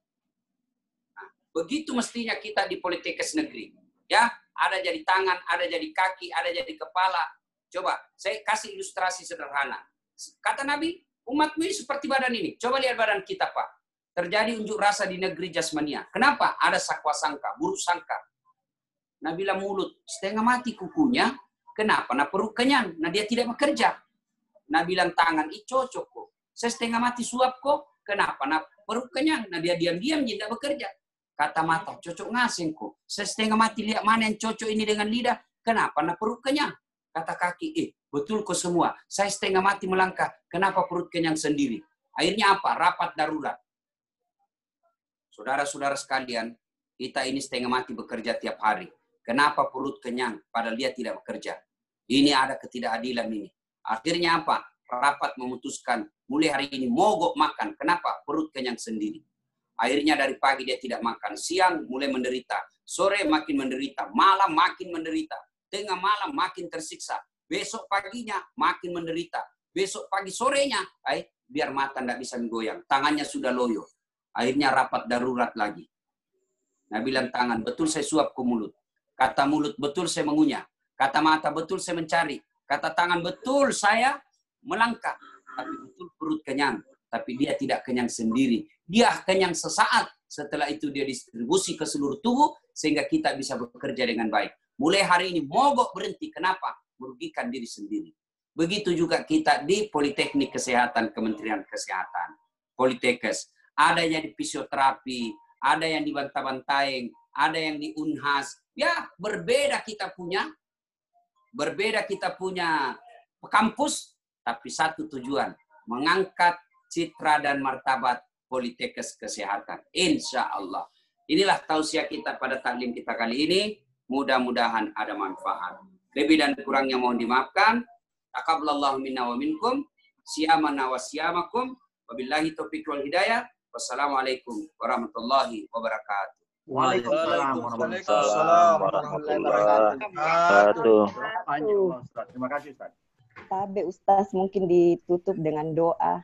Nah, begitu mestinya kita di Politekes Negeri. Ya, ada jadi tangan, ada jadi kaki, ada jadi kepala. Coba, saya kasih ilustrasi sederhana. Kata Nabi, umatmu ini seperti badan ini. Coba lihat badan kita, Pak. Terjadi unjuk rasa di negeri jasmania. Kenapa? Ada sakwa sangka, buruk sangka. Nabi bilang mulut, setengah mati kukunya. Kenapa? Nah perut kenyang. Nah dia tidak bekerja. Nabi bilang tangan, ih cocok kok. Saya setengah mati suap kok. Kenapa? Nah perut kenyang. Nah dia diam-diam, tidak bekerja. Kata mata, cocok ngasing kok. Saya setengah mati lihat mana yang cocok ini dengan lidah. Kenapa? Nah perut kenyang. Kata kaki, eh betul kok semua. Saya setengah mati melangkah. Kenapa perut kenyang sendiri? Akhirnya apa? Rapat darurat. Saudara-saudara sekalian, kita ini setengah mati bekerja tiap hari. Kenapa perut kenyang padahal dia tidak bekerja? Ini ada ketidakadilan ini. Akhirnya apa? Rapat memutuskan mulai hari ini mogok makan. Kenapa? Perut kenyang sendiri. Akhirnya dari pagi dia tidak makan. Siang mulai menderita. Sore makin menderita. Malam makin menderita. Tengah malam makin tersiksa. Besok paginya makin menderita. Besok pagi sorenya, ay, biar mata tidak bisa menggoyang. Tangannya sudah loyo. Akhirnya rapat darurat lagi. Nah bilang tangan, betul saya suap ke mulut. Kata mulut, betul saya mengunyah. Kata mata, betul saya mencari. Kata tangan, betul saya melangkah. Tapi betul perut kenyang. Tapi dia tidak kenyang sendiri. Dia kenyang sesaat. Setelah itu dia distribusi ke seluruh tubuh. Sehingga kita bisa bekerja dengan baik. Mulai hari ini mogok berhenti. Kenapa? Merugikan diri sendiri. Begitu juga kita di Politeknik Kesehatan Kementerian Kesehatan. Politekes. Ada yang di fisioterapi. Ada yang di Banta-Bantaeng. Ada yang di Unhas. Ya berbeda kita punya. Berbeda kita punya kampus. Tapi satu tujuan. Mengangkat citra dan martabat Politekes Kesehatan. Insya Allah. Inilah tausiah kita pada taklim kita kali ini. Mudah-mudahan ada manfaat. Lebih dan kurangnya mohon dimaafkan. Taqabbalallahu minna wa minkum. Siyamana wa siyamakum. Wabillahi taufiq wal hidayah. Wassalamualaikum warahmatullahi wabarakatuh. Waalaikumsalam warahmatullahi wabarakatuh. Terima kasih Ustaz. Tabe Ustaz mungkin ditutup dengan doa.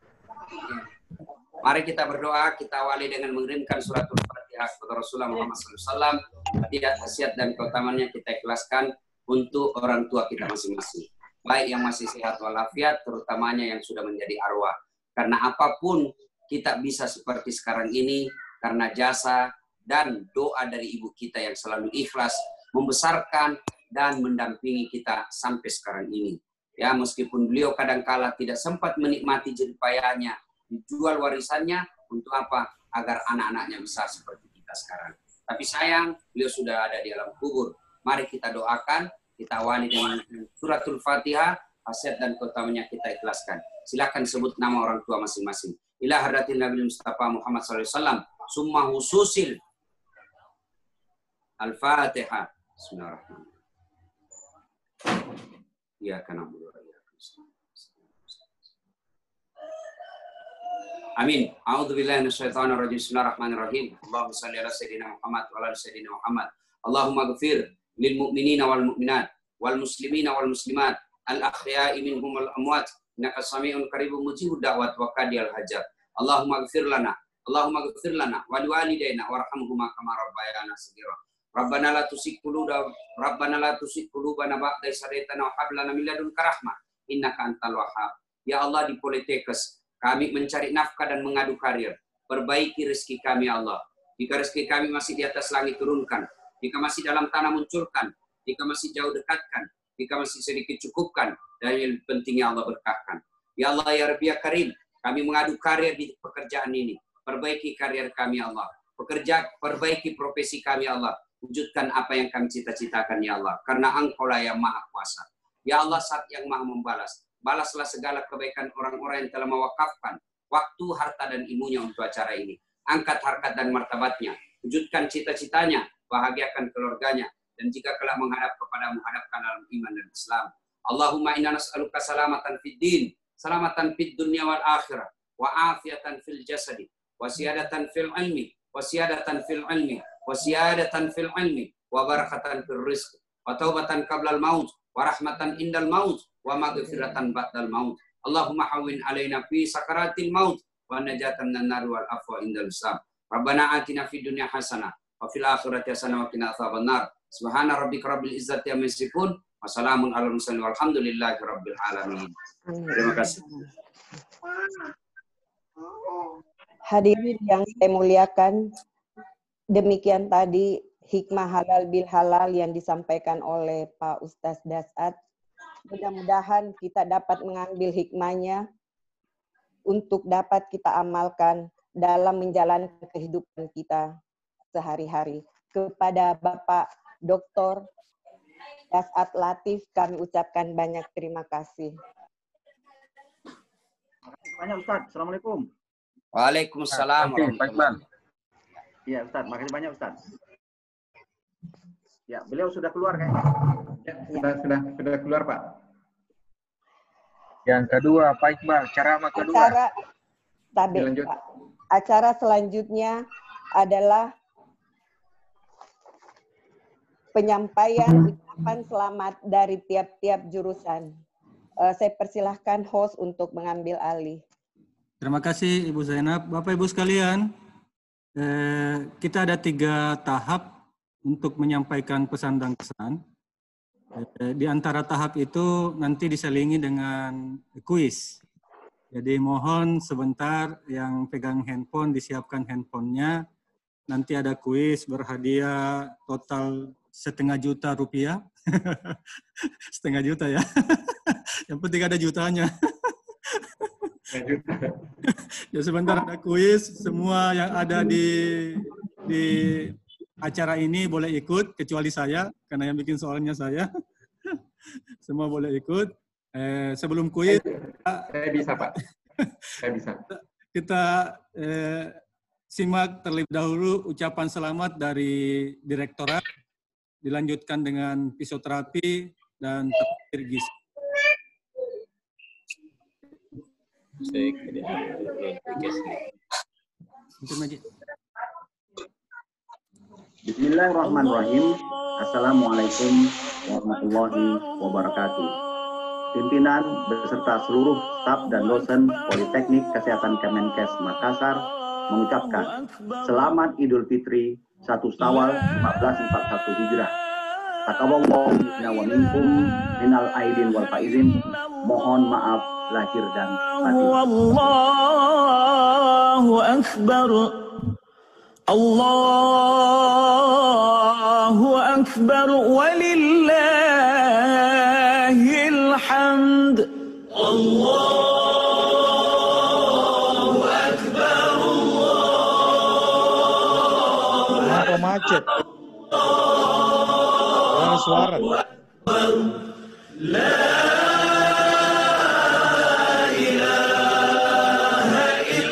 Mari kita berdoa, kita awali dengan mengirimkan suratul Fatihah kepada Rasulullah Muhammad shallallahu alaihi wasallam. Tidak khasiat dan keutamannya kita ikhlaskan untuk orang tua kita masing-masing. Baik yang masih sehat walafiat, terutamanya yang sudah menjadi arwah. Karena apapun kita bisa seperti sekarang ini, karena jasa dan doa dari ibu kita yang selalu ikhlas, membesarkan dan mendampingi kita sampai sekarang ini. Ya, meskipun beliau kadangkala tidak sempat menikmati jerih payahnya, dijual warisannya untuk apa? Agar anak-anaknya besar seperti kita sekarang. Tapi sayang, beliau sudah ada di alam kubur. Mari kita doakan, kita awali dengan suratul Fatihah, khasiat dan keutamanya kita ikhlaskan. Silakan sebut nama orang tua masing-masing. Ila hadratin Nabi Mustafa Muhammad sallallahu alaihi wasallam, summa hususil Al-Fatihah. Bismillahirrahmanirrahim. Ya kana Amin. A'udzubillahi minasyaitonir rajim. Bismillahirrahmanirrahim. Allahumma shalli ala sayyidina Muhammad wa ala sayyidina Muhammad. Allahumma ighfir lil mu'minina wal mu'minat wal muslimina wal muslimat al ahya'i minhum wal amwat innaka sami'un qaribun mujibud da'wat wa qadiyal hajat. Allahumma ighfir lana Allahumma ighfir lana wa liwalidayna warhamhuma kama rabbayana shaghira. Rabbana la tuzigh qulubana Rabbana la tuzigh qulubana ba'da idh hadaytana wa hab lana min ladunka rahmah innaka antal wahhab. Ya Allah, di Politekes kami mencari nafkah dan mengadu karir. Perbaiki rezeki kami ya Allah. Jika rezeki kami masih di atas langit, turunkan. Jika masih dalam tanah, munculkan. Jika masih jauh, dekatkan. Jika masih sedikit, cukupkan. Dan yang pentingnya Allah berkahkan. Ya Allah ya Rabbi ya Karim, kami mengadu karir di pekerjaan ini. Perbaiki karir kami ya Allah. Pekerja, perbaiki profesi kami ya Allah. Wujudkan apa yang kami cita-citakan ya Allah. Karena Engkau lah yang maha kuasa. Ya Allah, Zat yang maha membalas. Balaslah segala kebaikan orang-orang yang telah mewakafkan waktu, harta, dan ilmunya untuk acara ini. Angkat harkat dan martabatnya. Wujudkan cita-citanya. Bahagiakan keluarganya. Dan jika kelak menghadap kepada menghadapkan dalam iman dan Islam. Allahumma inna nas'aluka salamatan fid din. Salamatan fid dunya wal akhirah. Wa afiatan fil jasadi. Wa siyadatan fil ilmi. Wa siyadatan fil ilmi. Wa siyadatan fil ilmi. Wa barakatan fil rizq. Wa taubatan qablal maut. Wa rahmatan indal maut. Wa maghfiratan ba'dal maut. Allahumma hawwin alaina fi sakaratil maut wa najatan minan nar wal afwa indal hisab. Rabbana atina fid dunya hasanah wa fil akhirati hasanah wa qina adzabannar. Subhana rabbika rabbil izzati amma yasifun wa salamun alal mursalin walhamdulillahi rabbil alamin. Terima kasih. Hadirin yang saya muliakan, demikian tadi hikmah halal bil halal yang disampaikan oleh Pak Ustaz Dasat. Mudah-mudahan kita dapat mengambil hikmahnya untuk dapat kita amalkan dalam menjalankan kehidupan kita sehari-hari. Kepada Bapak Doktor Dasat Latif kami ucapkan banyak terima kasih. Banyak Ustaz. Assalamualaikum. Waalaikumsalam. Iya Ustaz, makasih banyak Ustaz. Ya, beliau sudah keluar kayaknya. Ya, sudah, sudah, sudah keluar Pak. Yang kedua, Pak Iqbal, ceramah kedua. Acara, tabe, Pak. Acara selanjutnya adalah penyampaian ucapan selamat dari tiap-tiap jurusan. Uh, saya persilahkan host untuk mengambil alih. Terima kasih Ibu Zainab. Bapak Ibu sekalian, eh, kita ada tiga tahap untuk menyampaikan pesan dan kesan. Eh, Di antara tahap itu nanti diselingi dengan kuis. Jadi mohon sebentar yang pegang handphone disiapkan handphonenya. Nanti ada kuis berhadiah total setengah juta rupiah. Setengah juta ya. Yang penting ada jutanya. Ya sebentar ada kuis. Semua yang ada di di acara ini boleh ikut kecuali saya karena yang bikin soalnya saya. Semua boleh ikut. Eh, sebelum kuis saya bisa Pak. Saya bisa. Kita eh, simak terlebih dahulu ucapan selamat dari Direktorat, dilanjutkan dengan fisioterapi dan terakhir gizi. Bismillahirrahmanirrahim. Assalamualaikum warahmatullahi wabarakatuh. Pimpinan beserta seluruh staf dan dosen Politeknik Kesehatan Kemenkes Makassar mengucapkan Selamat Idul Fitri satu Syawal seribu empat ratus empat puluh satu Hijrah. Taqabbalallahu minna wa minkum minal aidin wal faizin. Mohon maaf lahir dan batin. Allahu Akbar. Allahu Akbar walillahil hamd. Allahu Akbar. Kenapa macet? Ada suara. La ilaha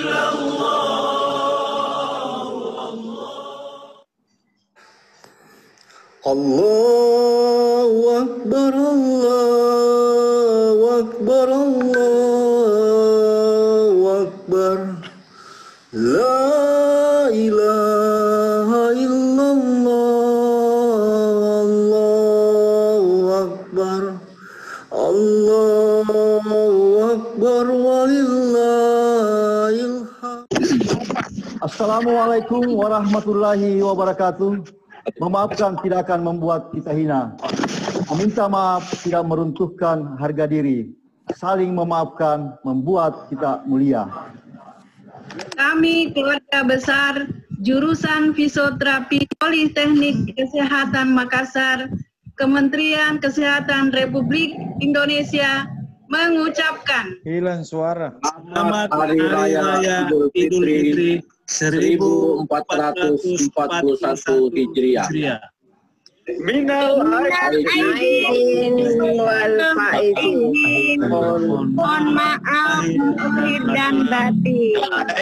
illallah. Allahu Akbar, Allahu Akbar, Allahu Akbar. La ilaha illallah. Allahu Akbar. Allahu Akbar walillahil hamd. Assalamualaikum warahmatullahi wabarakatuh. Memaafkan tidak akan membuat kita hina. Meminta maaf tidak meruntuhkan harga diri. Saling memaafkan membuat kita mulia. Kami keluarga besar jurusan fisioterapi Politeknik Kesehatan Makassar, Kementerian Kesehatan Republik Indonesia mengucapkan Hilang suara. Selamat Hari Raya Idul Fitri seribu empat ratus empat puluh satu Hijriah. Minal aidin wal faizin. Mohon maaf lahir dan batin.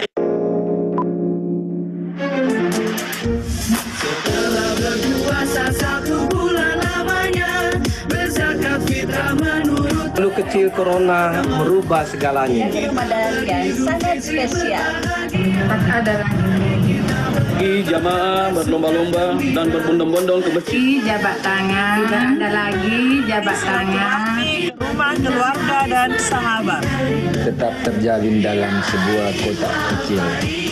Setelah berpuasa satu bulan lamanya, berzakat fitrah menurut Flu kecil corona merubah segalanya. Ramadan yang sangat spesial. Adalah Bagi jamaah berlomba-lomba dan berbondong-bondong ke masjid. jabat tangan, tidak ada lagi jabat tangan. rumah keluarga dan sahabat. Tetap terjalin dalam sebuah kotak kecil.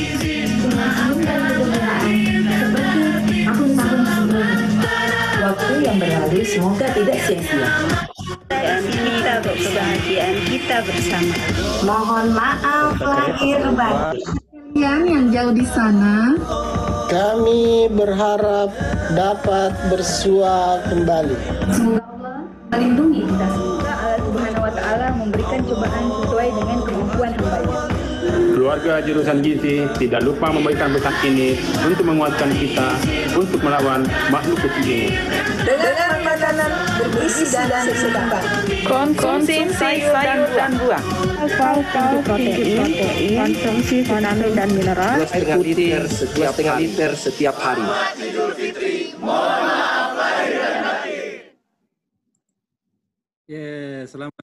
Waktu yang berlalu semoga tidak sia-sia. Dan kita berkebahagiaan kita bersama. Mohon maaf lahir batin. Yang yang jauh di sana. Kami berharap dapat bersua kembali. Semoga Allah melindungi kita semua. Allah Subhanahu wa Ta'ala memberikan cobaan sesuai dengan kemampuan hamba-Nya. Keluarga jurusan gizi tidak lupa memberikan pesan ini untuk menguatkan kita untuk melawan makhluk kecil ini. Dengan makanan bergizi dan seimbang. Konsumsi sayur dan buah. Tinggi protein, konsumsi vitamin dan mineral. Dua setengah liter setiap setengah liter setiap hari. Yeah, selamat.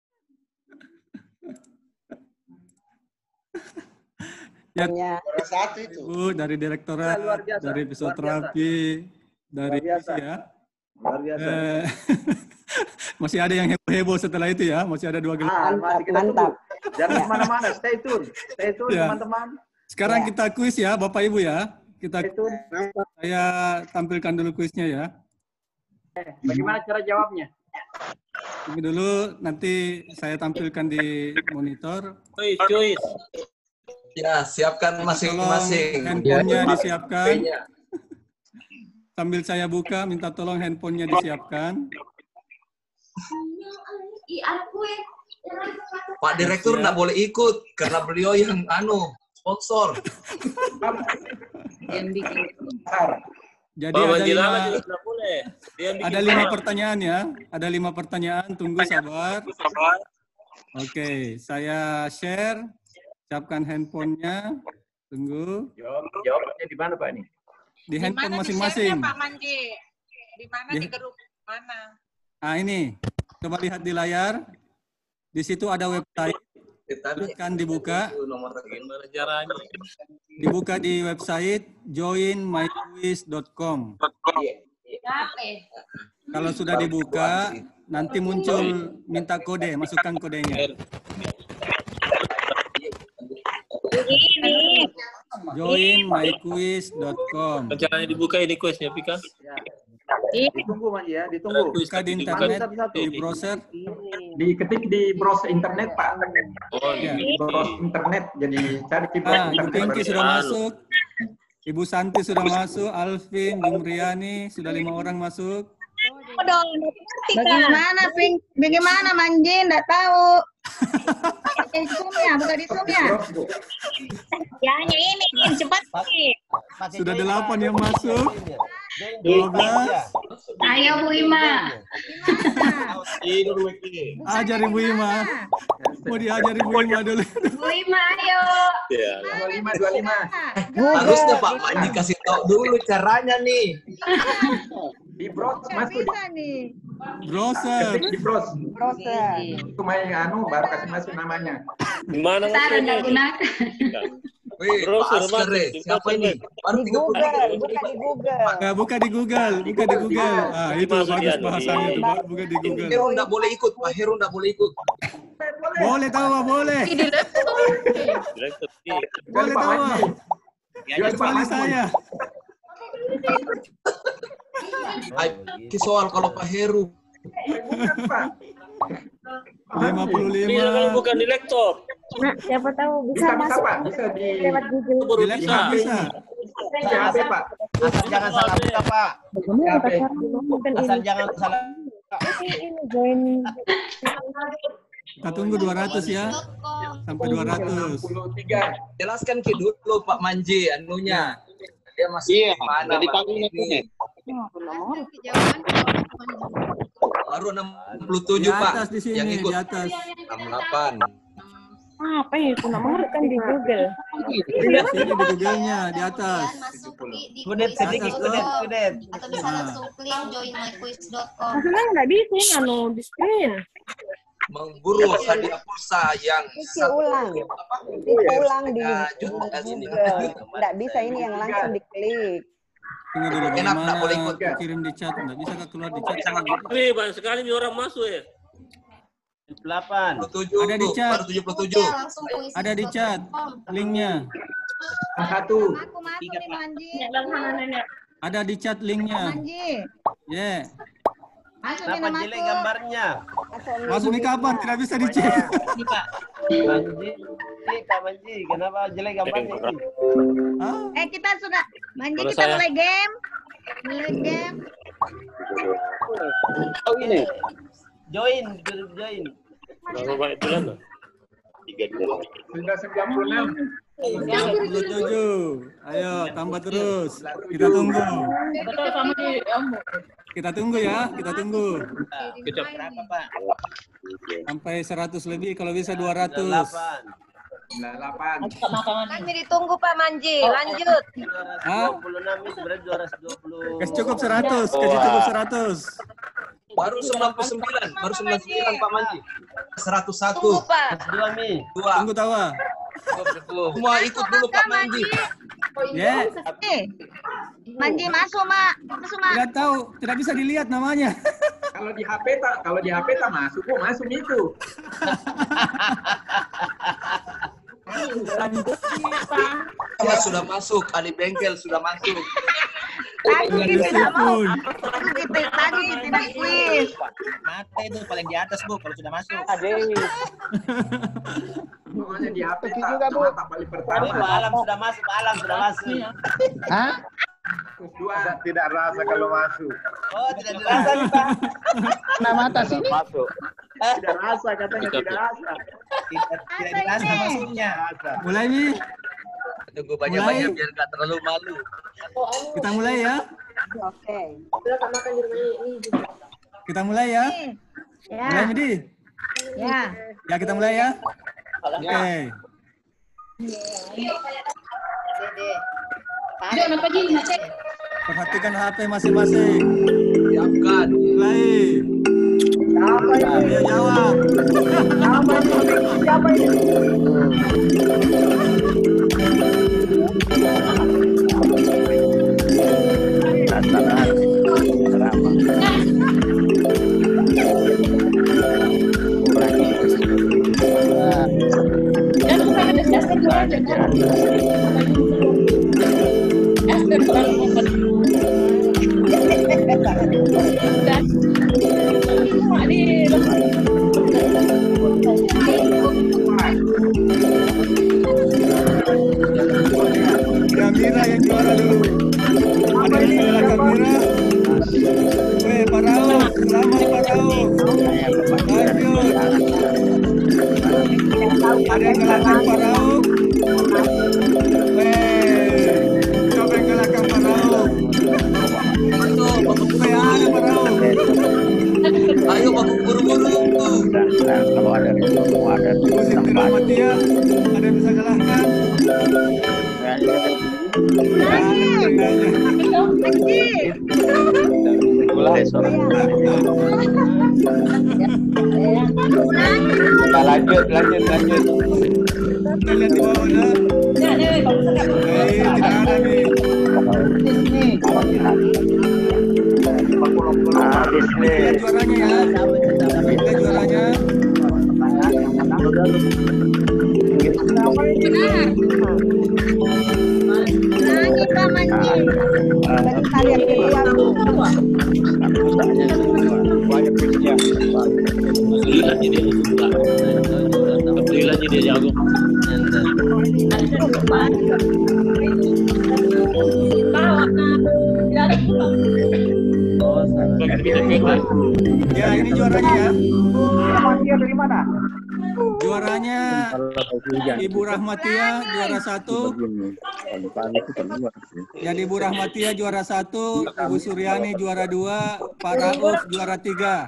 Ya, satu itu. Bu, dari Direktorat, Luar biasa, dari luar fisioterapi, dari Luar biasa. ya. Luar biasa. Eh, masih ada yang heboh-heboh setelah itu ya, masih ada dua gelar. Ah, masih kita tunggu. Jangan kemana-mana, stay tune. Stay tune Ya. teman-teman. Sekarang Ya. kita kuis ya, Bapak Ibu ya. Kita saya tampilkan dulu kuisnya ya. Bagaimana cara jawabnya? Tunggu dulu, nanti saya tampilkan di monitor. Cuis, cuis. Ya, siapkan masing-masing. Handphonenya disiapkan. Sambil saya buka, minta tolong handphonenya disiapkan. Pak Direktur nggak boleh ikut karena beliau yang anu sponsor. Jadi ada lima, ada lima pertanyaan ya, ada lima pertanyaan. Tunggu sabar. Oke, saya share. Siapkan handphonenya. Tunggu. Jawab, jawabnya di mana Pak ini? Di handphone masing-masing. Pak Manji? Di mana di, di grup mana? Ah ini, coba lihat di layar. Di situ ada website. Silakan dibuka. Dibuka di website join my quiz dot com. Kalau sudah dibuka, nanti muncul minta kode, masukkan kodenya. join my quiz dot com. Caranya dibuka ini kuisnya, Pika? Ditunggu Mas ya, ditunggu. Buka di internet, di browser. Diketik di browser internet Pak. Oh iya. Di browser internet, jadi cari di browser Ah, Ibu internet. Pinky sudah masuk. Ibu Santi sudah masuk, Alvin, Bung Riani, sudah lima orang masuk. Bagaimana, Pink? Bagaimana, Manji? Nggak tahu. Di Zoom ya, bukan di Zoom ya. Ya, hanya ini, cepat sih. Sudah delapan yang masuk. Dua belas. Ayo, Bu Ima. Ajar Ibu Ima. Mau diajar Ibu Ima dulu. Bu Ima, ayo. dua lima dua lima. Harusnya Pak Manji kasih tahu dulu caranya nih. Di browser masuk nih. Browser. Ketik di browser. Browser. Itu main anu baru kasih masuk namanya. Di mana Nggak gunakan. Wih, Pak Asker, siapa ini? Baru Di tiga puluh Google, buka di Google. Nah, buka di Google, buka di Google. Ah, itu bagus bahasanya itu, Pak. Buka di Google. Heru nggak boleh ikut, Pak Heru nggak boleh ikut. Boleh tahu, Pak, boleh. Boleh tahu. Kecuali saya. Ini soal kalau Pak Heru. lima puluh Ini kalau lima. bukan di laptop. Nah, siapa tahu bisa, Bisa, bisa masuk Pak, bisa di lewat Google. Di laptop bisa. di H P Pak. Asal jangan salah buka, Pak. Bagaimana Pak cara melakukan Asal ini? jangan salah. Ini, ini join. Kita tunggu dua ratus ya. Sampai dua ratus. Jelaskan ke dulu Pak Manji anunya. Dia masih Iya, mana jadi Pak kami ini? Baru enam puluh Di tujuh Pak. atas di sini, Yang ikut di atas. enam puluh delapan. Apa ya? Aku nomor kan di Google. Di sini di Google-nya, di atas. Kudet sedikit, kudet, kudet. Atau bisa langsung klik join my quiz dot com. Maksudnya nggak bisa ini anu di screen. Mengguru hadiah pulsa yang Isi ulang. Isi ulang di Google. Nggak bisa ini yang langsung diklik. Tunggu dulu, Enak, nggak boleh bagaimana ikut. kirim di chat? Nggak bisa kan keluar di chat? Wih, banyak sekali nih orang masuk ya. delapan. Ada di chat. Baru tujuh puluh tujuh. Ada di chat. Linknya. Satu. Aku masuk nih Manji. Ada di chat linknya. Manji. Ya. Masuk Kenapa nih jelek masuk. gambarnya? Masuk nih kapan? Tidak bisa di chat. Ini Pak. Manji, ini Pak Manji, kenapa jelek gambarnya ini? Eh kita sudah Manji Mana kita saya? mulai game. Mulai game. Oh ini. Join, join. Berapa banyak bulan loh? Tiga bulan. Sudah sembilan puluh enam. sembilan puluh tujuh. Ayo, tambah terus. Kita tunggu. Betul sama di Kita tunggu ya, kita tunggu. Kecap. Berapa Pak? Sampai seratus lebih, kalau bisa dua ratus. delapan. delapan. Manji ditunggu Pak Manji. Lanjut. Hah? dua puluh enam itu berarti dua ratus dua puluh. Kasih cukup seratus, kasih cukup seratus. Baru sembilan puluh sembilan, baru sembilan puluh sembilan Pak Manji. seratus satu. Tunggu Pak. Dua Mi. Dua. Tunggu tawa. Semua ikut dulu Pak Manji. Ya, Eh, Manji masuk Mak. Masuk Mak. tidak tahu, tidak bisa dilihat namanya. Kalau di H P tak, kalau di H P tak masuk, kok masuk itu. Mas sudah masuk, Ali Bengkel sudah masuk. Aku Nggak tidak mau. disebut. Aku tidak Mate tadi tidak kuis. Mate itu paling di atas Bu kalau sudah masuk. Adewi. Pokoknya di H P Pergi tak, juga, Bu. mata paling pertama. Pak Alam sudah masuk, Pak Alam sudah masuk. Hah? Dua. Tidak rasa kalau masuk. Oh, tidak dirasa nih Pak. Nah, mata sini. Masuk. Tidak rasa katanya, tidak rasa. Tidak, tidak dirasa masuknya. Mulai nih. Tunggu banyak-banyak biar nggak terlalu malu. Kita mulai ya. Oke. Kita mulai ya. Ya. Mulai Medi. Ya. Ya kita mulai ya. Oke. Perhatikan H P masing-masing. Siapkan. Mulai. Dia jawab. Siapa ini? Mira yang juara dulu. Ada yang silakan Mira. Weh, Parau, selamat Parau. Lanjut. Ada yang kalahkan Parau. Weh, coba yang kalahkan Parau. Weh, ada Parau. Ayo baku buru-buru. Kalau ada itu ada Musim Matia, ada yang bisa kalahkan. Kita lanjut, lanjut, lanjut. Kita lihat di bawah ya. Eh, tidak ada nih. Habis nih. Lihat juaranya ya. Lihat juaranya. Nangis Pak Manji. Kalian lihat Banyak kuisnya. Alhamdulillah dia Alhamdulillah dia jago. Ya, ini juaranya ya. Rahmatia dari mana? Juaranya Ibu Rahmatia juara satu. Jadi Ibu Rahmatia juara satu, Ibu Suryani juara dua, Pak Rauf juara tiga.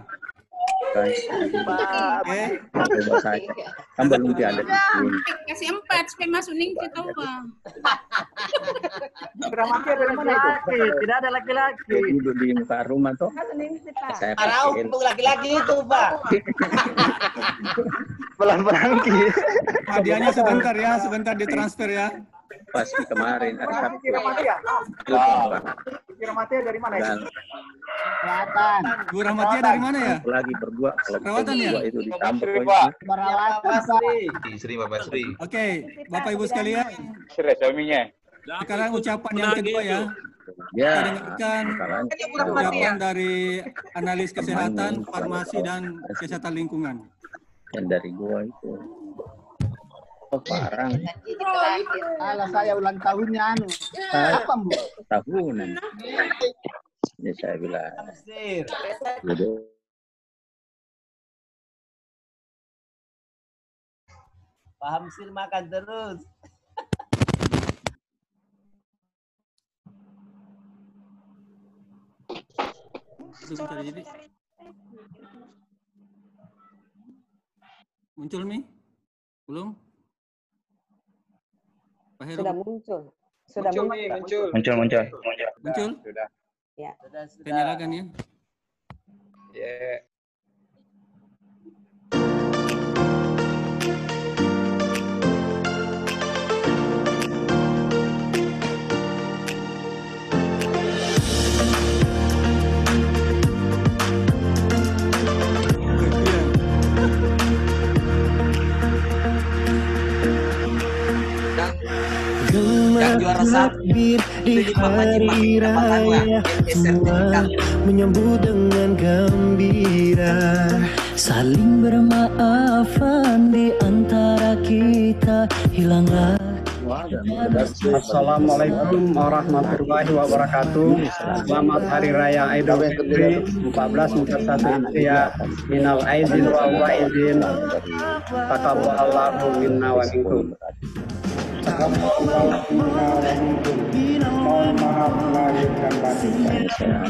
Oke. Kan belum ada. Kasih empat supaya masuk ning kita Pak. Rahmatia dari mana itu? Tidak ada laki-laki. Duduk di muka rumah tuh. Saya Parau untuk laki-laki itu Pak. Pelan-pelan Ki. Hadiahnya sebentar ya, sebentar ditransfer ya. Pas kemarin hari Sabtu. Rahmatia dari mana itu? Selatan. Bu Rahmatia dari mana ya? Lagi berdua. Perawatan ya? Itu di kampung. Perawatan Sri Bapak Sri. Oke, Bapak Ibu sekalian. Suaminya. Sekarang ucapan yang kedua ya. Ya. Kita dengarkan ucapan dari analis kesehatan, farmasi dan kesehatan lingkungan. Yang dari gua itu. Oh, parang. Alah saya ulang tahunnya anu. Apa Bu? Tahunan. Ya saya bilang. Paham sih makan terus. Jadi muncul nih? Belum? Pak Heru. Sudah muncul. Sudah muncul. Muncul, muncul. Muncul. Muncul? Sudah. Ya. Sudah, sudah. Saya nyalakan ya. Ya. Yang juara satu takbir di hari raya, semua menyambut dengan gembira. Saling bermaafan di antara kita, hilanglah. Assalamualaikum warahmatullahi wabarakatuh. Selamat Hari Raya Idul Fitri empat belas empat satu Hijriah. Minal aidin wal faizin. Taqabbalallahu minna wa minkum. Mohon maaf lahir dan batin.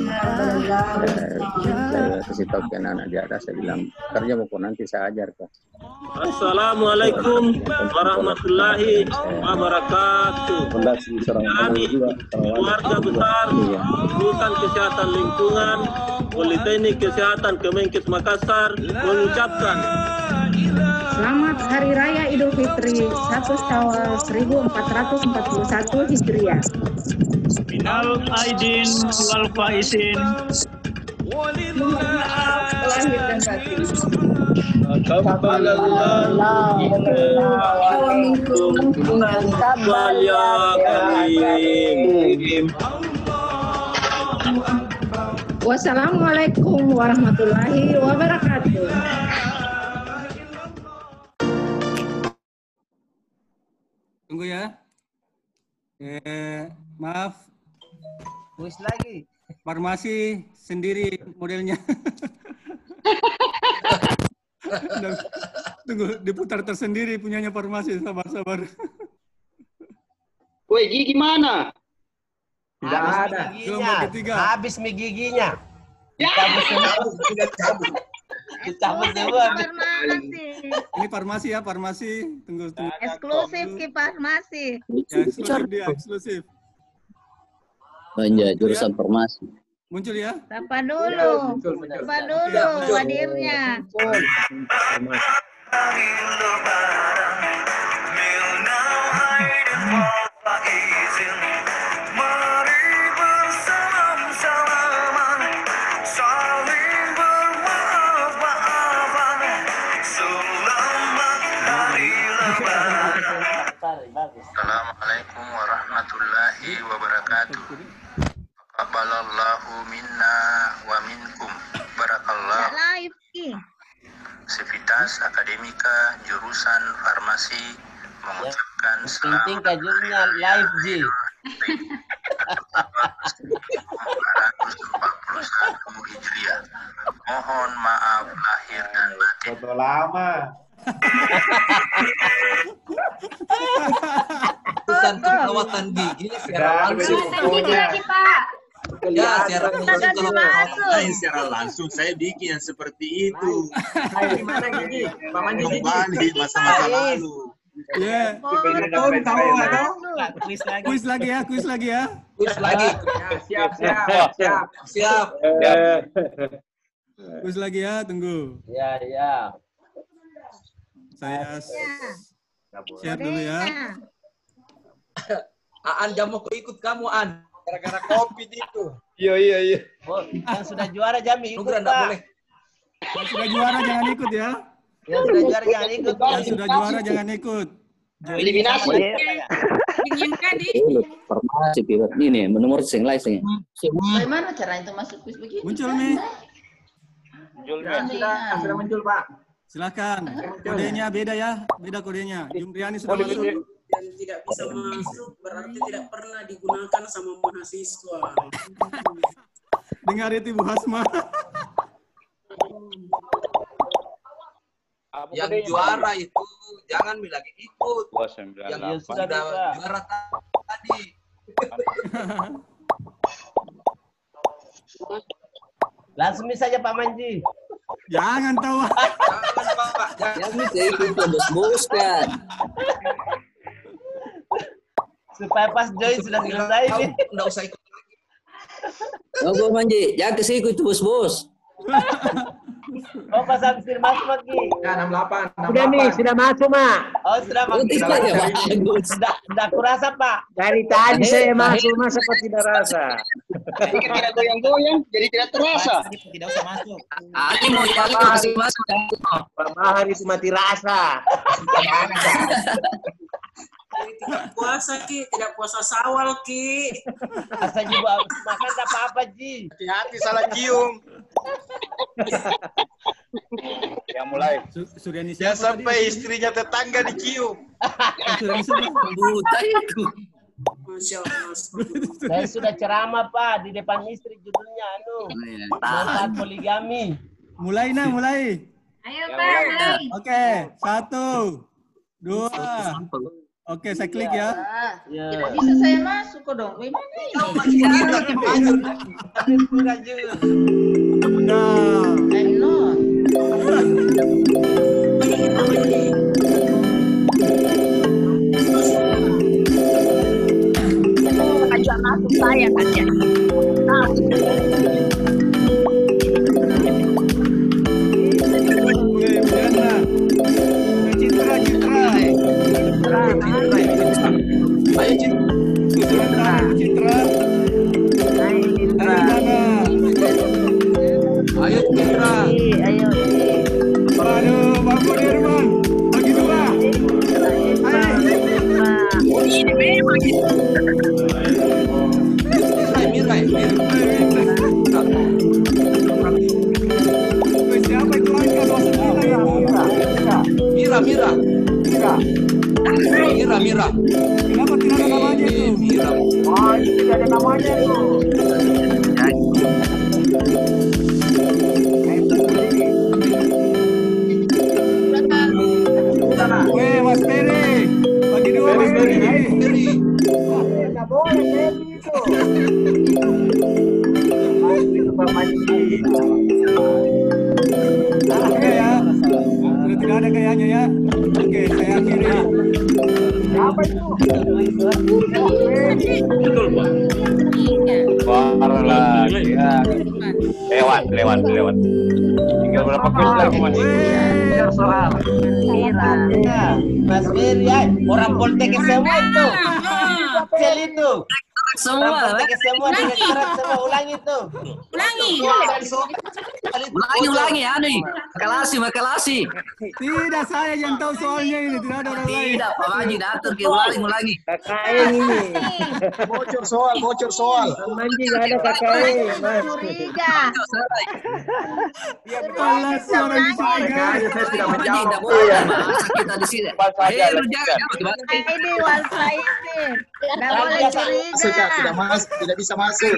Saya kasih tahu ke anak di atas, saya bilang kerja mau nanti saya ajar kok. Assalamualaikum warahmatullahi wabarakatuh. Kami keluarga besar Urusan Kesehatan Lingkungan Politeknik Kesehatan Kemenkes Makassar mengucapkan Selamat Hari Raya Idul Fitri satu Syawal seribu empat ratus empat puluh satu Hijriah. Minal aidin wal faizin. Maaf lahir dan batin. Taqabbalallahu minna wa minkum. Wassalamualaikum warahmatullahi wabarakatuh. Tunggu ya. Eh, maaf. Kuis lagi. Farmasi sendiri modelnya. Tunggu, diputar tersendiri punyanya farmasi. Sabar-sabar. Woi, gigi mana? Tidak ada. Giginya. Habis mie giginya. Dicabut semua. Sudah cabut. Dicabut semua. Ini farmasi ya, farmasi. Tunggu, tunggu. Eksklusif Ki Farmasi. Ya, eksklusif dia, eksklusif. Manja jurusan farmasi. Muncul ya? Sapa dulu. Sapa dulu hadirnya. Assalamualaikum warahmatullahi wabarakatuh. Taqabbalallahu minna wa minkum. Barakallah. Live Ki. Sivitas Akademika jurusan Farmasi mengucapkan selamat Penting kajurnya live Ji. empat ratus empat puluh satu Hijriah. Mohon maaf lahir dan batin. Foto lama. Urusan perawatan gigi secara langsung. Lagi Pak. Ya, secara langsung kalau lain secara langsung saya bikin yang seperti itu. Gimana gigi? Pak Manji kembali masa-masa lalu. Ya. Kuis lagi. Kuis lagi ya, kuis lagi ya. Kuis lagi. Siap, siap, siap. Siap. Kuis lagi ya, tunggu. Ya, ya. Saya share dulu ya. Aan jamu aku ikut kamu An. Gara-gara COVID itu. Iya iya iya. Oh, yang sudah juara Jami ikut Pak. Boleh. Yang sudah juara jangan ikut ya. Yang sudah juara jangan ikut. Yang sudah juara jangan ikut. Eliminasi. Farmasi pilot ini menurut sing lain sing. Bagaimana caranya itu masuk kuis begini? Muncul nih. Muncul ya, sudah, sudah muncul Pak. Silakan. Kodenya beda ya, beda kodenya. Jumriani sudah masuk. Yang tidak bisa masuk berarti tidak pernah digunakan sama mahasiswa. Dengar itu Ibu Hasma. Yang juara itu jangan lagi ikut. Yang sudah juara tadi. Langsung saja Pak Manji. Jangan tahu. Jangan Pak. Jangan bisa ikut bos-bos kan. Supaya pas join sudah selesai nih. Enggak usah ikut lagi. Enggak Manji, jangan kasih ikut bos-bos. Oh, pas habis masuk lagi. Ya, enam puluh delapan. Sudah nih, sudah masuk, Mak. Oh, sudah masuk. Sudah, sudah, sudah aku rasa, Pak. Dari tadi saya masuk, masa kok tidak rasa? Tidak goyang-goyang, jadi tidak terasa. Tidak usah masuk. Ali mau masuk masuk. Berbahar itu mati rasa. puasa Ki, tidak puasa Syawal Ki. Asal juga habis makan tak apa-apa Ji. Hati-hati salah cium. Ya mulai. Suryani Ya sampai istrinya tetangga dicium. Suryani siapa? Buta itu. Masya Allah. Saya sudah ceramah Pak di depan istri judulnya anu. Manfaat poligami. Mulai nah, mulai. Ayo Pak. Oke, satu, dua. Oke, saya klik ya. Tidak bisa saya masuk kok dong. Bagaimana ini? Nah. Enak. Ajak masuk saya kan ya. Citra, Citra. Ayo Citra. Citra. Ayo Citra. Ayo. Aduh, Bang Irman. Bagi dua. Ini memang. Mirai, Mirai. Siapa itu angka dua puluh sembilan ya? Mira, Mira. Mira. Mira, Mira. Kenapa tidak ada namanya itu? Mira. Wah, tidak ada namanya itu. Oke, Mas Peri. Bagi dua, Mas Peri. Tidak boleh, Peri itu. Oke ya. Sudah tidak ada kayaknya ya. Oke, saya akhiri. Siapa itu? Betul, Pak. Baru lagi. Ya. Lewat, lewat, lewat. Tinggal berapa kuis lagi, Mas? Biar soal. Mas Meri, orang Poltek semua itu. Cel itu. Semua. Poltek semua direktorat semua ulangi itu. Ulangi. Ulangi, ulangi ya nih. Makalasi, makalasi. Tidak, saya yang tahu soalnya ini, tidak ada orang lain. Tidak, Pak Haji datang ke ulangi, ulangi. K K N ini. Bocor soal, bocor soal. Manji nggak ada K K N, Mas. Curiga. Alas, orang dicuriga. Saya tidak menjawab. Kita di sini. Saja. Ini walsa ini. Tidak boleh curiga. Tidak masuk, tidak bisa masuk.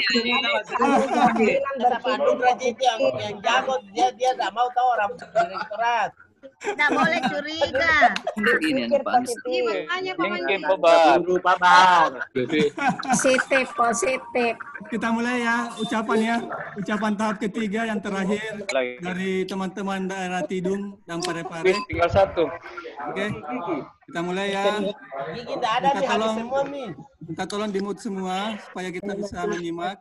yang yang jago dia dia tidak mau tahu orang direktorat. Tidak boleh curiga. Ini yang Makanya Mungkin Babar. Babar. positif, positif. Kita mulai ya ucapan ya. Ucapan tahap ketiga yang terakhir dari teman-teman daerah Tidung dan Parepare. Tinggal satu. Oke. Kita mulai ya. Gigi tidak ada nih, habis semua nih. Minta tolong di-mute semua supaya kita bisa menyimak.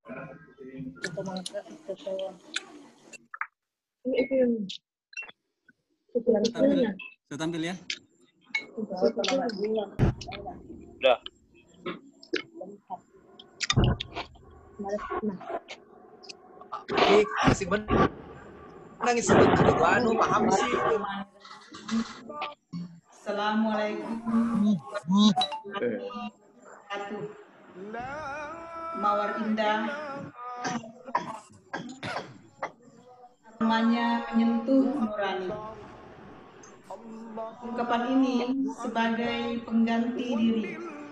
Tampil. Saya tampil ya. Udah. Eh, masih benar. Nangis sebentar itu anu paham sih. Assalamualaikum. Mawar indah. Namanya menyentuh nurani. Ungkapan ini sebagai pengganti diri.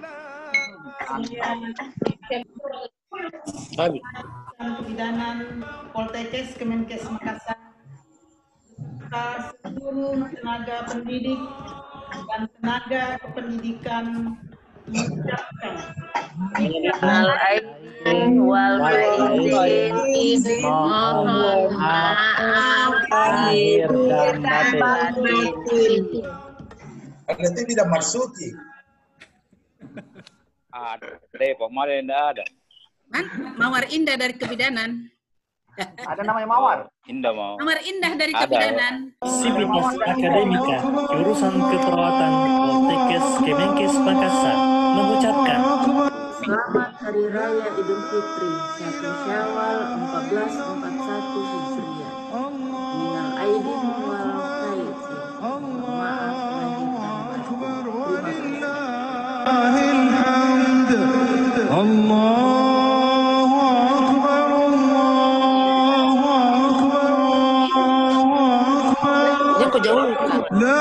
Kebidanan Poltekkes Kemenkes Makassar beserta seluruh tenaga pendidik dan tenaga kependidikan mengucapkan Minal aidin wal faizin, mohon maaf lahir dan batin. Itu tidak marsuki. Ada, kemarin tidak ada. Mawar Indah dari Kebidanan. Ada namanya Mawar. Indah mau. Mawar Indah dari Ada. Kebidanan. Sivitas Akademika, jurusan keperawatan Poltekkes Kemenkes Makassar mengucapkan Selamat Hari Raya Idul Fitri satu Syawal seribu empat ratus empat puluh satu Hijriah. Minal aidin wal faizin. Maaf lahir dan batin. Terima kasih. Allahu Akbar, Allahu Akbar, Allahu Akbar. Dia kok jauh? La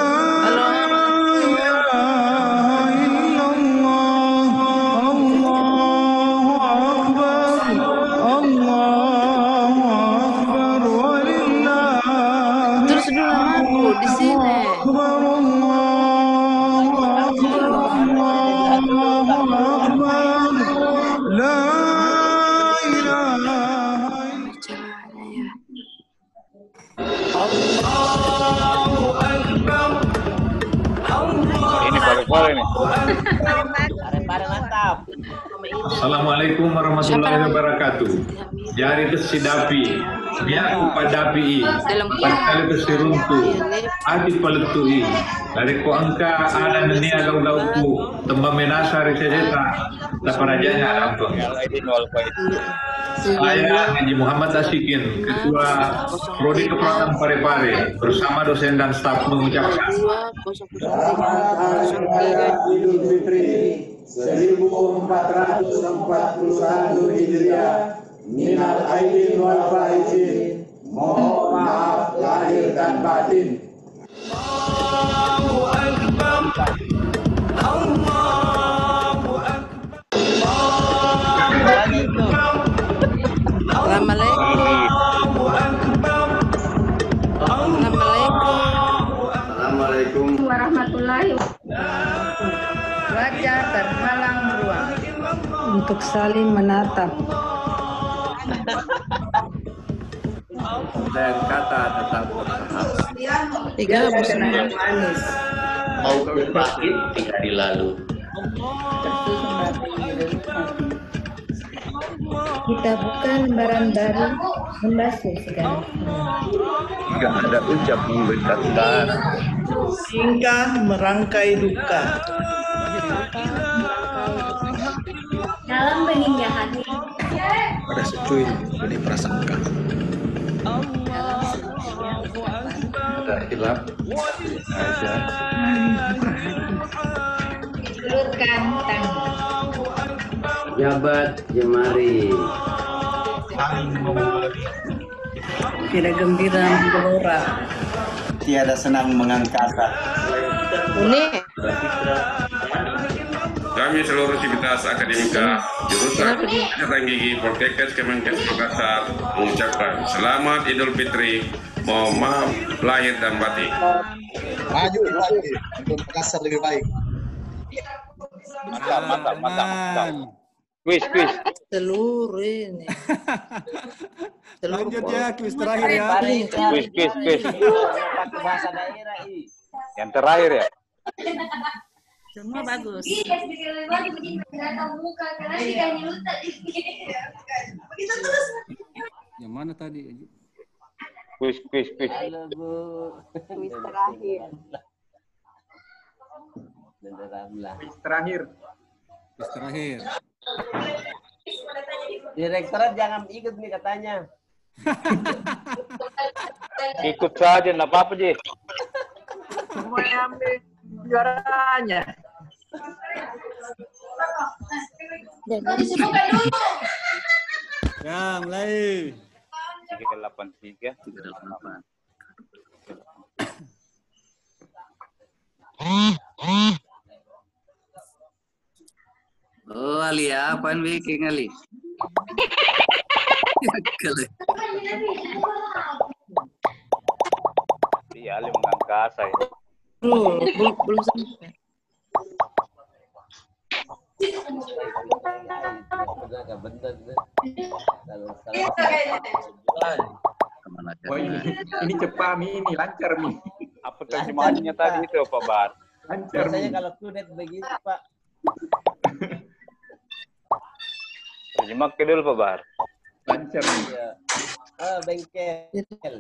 ilaha illallah, Allahu Akbar, Allahu Akbar, walillah. Terus dulu aku di sini. Ini paling-paling nih. Mantap. Assalamualaikum warahmatullahi wabarakatuh. Jari besi dapi, biaku padapi, kali besi runtuh, adi paletui. Dari ko angka ada neni agak lauku, tembak menasa reseseta, taparajanya lampung. Saya Haji Muhammad Asikin, Ketua Prodi Keperawatan Pare-Pare, bersama dosen dan staf mengucapkan Idul Fitri seribu empat ratus empat puluh satu Hijriah, minal aidin wal faizin, mohon maaf lahir dan batin. Allahu Akbar, Allahu Akbar. Assalamualaikum warahmatullahi wabarakatuh. Wajah terhalang ruang untuk saling menatap Dan kata tetap bertahap. tiga busana manis Mau berbakit tidak dilalu. kita buka lembaran baru membasuh segala Jika ada ucap memberikan darah, Singkah merangkai duka. Dalam beningnya hati. Pada secuil beri prasangka. ada hilaf, ada Ulurkan tangan. Jabat jemari. tidak gembira menggelora Tiada senang mengangkasa. unik Kami seluruh sivitas akademika jurusan Kesehatan Gigi Poltekkes Kemenkes Makassar mengucapkan Selamat Idul Fitri, mohon maaf lahir dan batin. Maju lagi untuk Makassar lebih baik. mantap, mantap, mantap, mantap. Kuis, kuis. seluruh ini Lanjut ya, kuis terakhir ya. Kuis, kuis, kuis. Pakai bahasa daerah ini. Yang terakhir ya. semua bagus. Yang mana tadi? Kuis, kuis, kuis. Halo Bu. Kuis terakhir. Kuis terakhir. Kuis terakhir. Direktorat jangan ikut nih katanya. Ikut saja, nggak apa-apa, Ji. Semua yang ambil juaranya. Ya, mulai. tiga delapan tiga, tiga delapan. Oh, Ali apaan bikin Ali? Iya, Ali mengangkasa ya. Belum, belum, belum sampai. Agak bener deh. Kalau Oh, ini, ini cepat mi, ini lancar mi. Apa terjemahannya tadi itu, Pak Bar? Lancar mi. biasanya kalau kudet begitu Pak. Terjemah ke dulu, Pak Bar. Lancar mi. Ya. Ah, bengkel.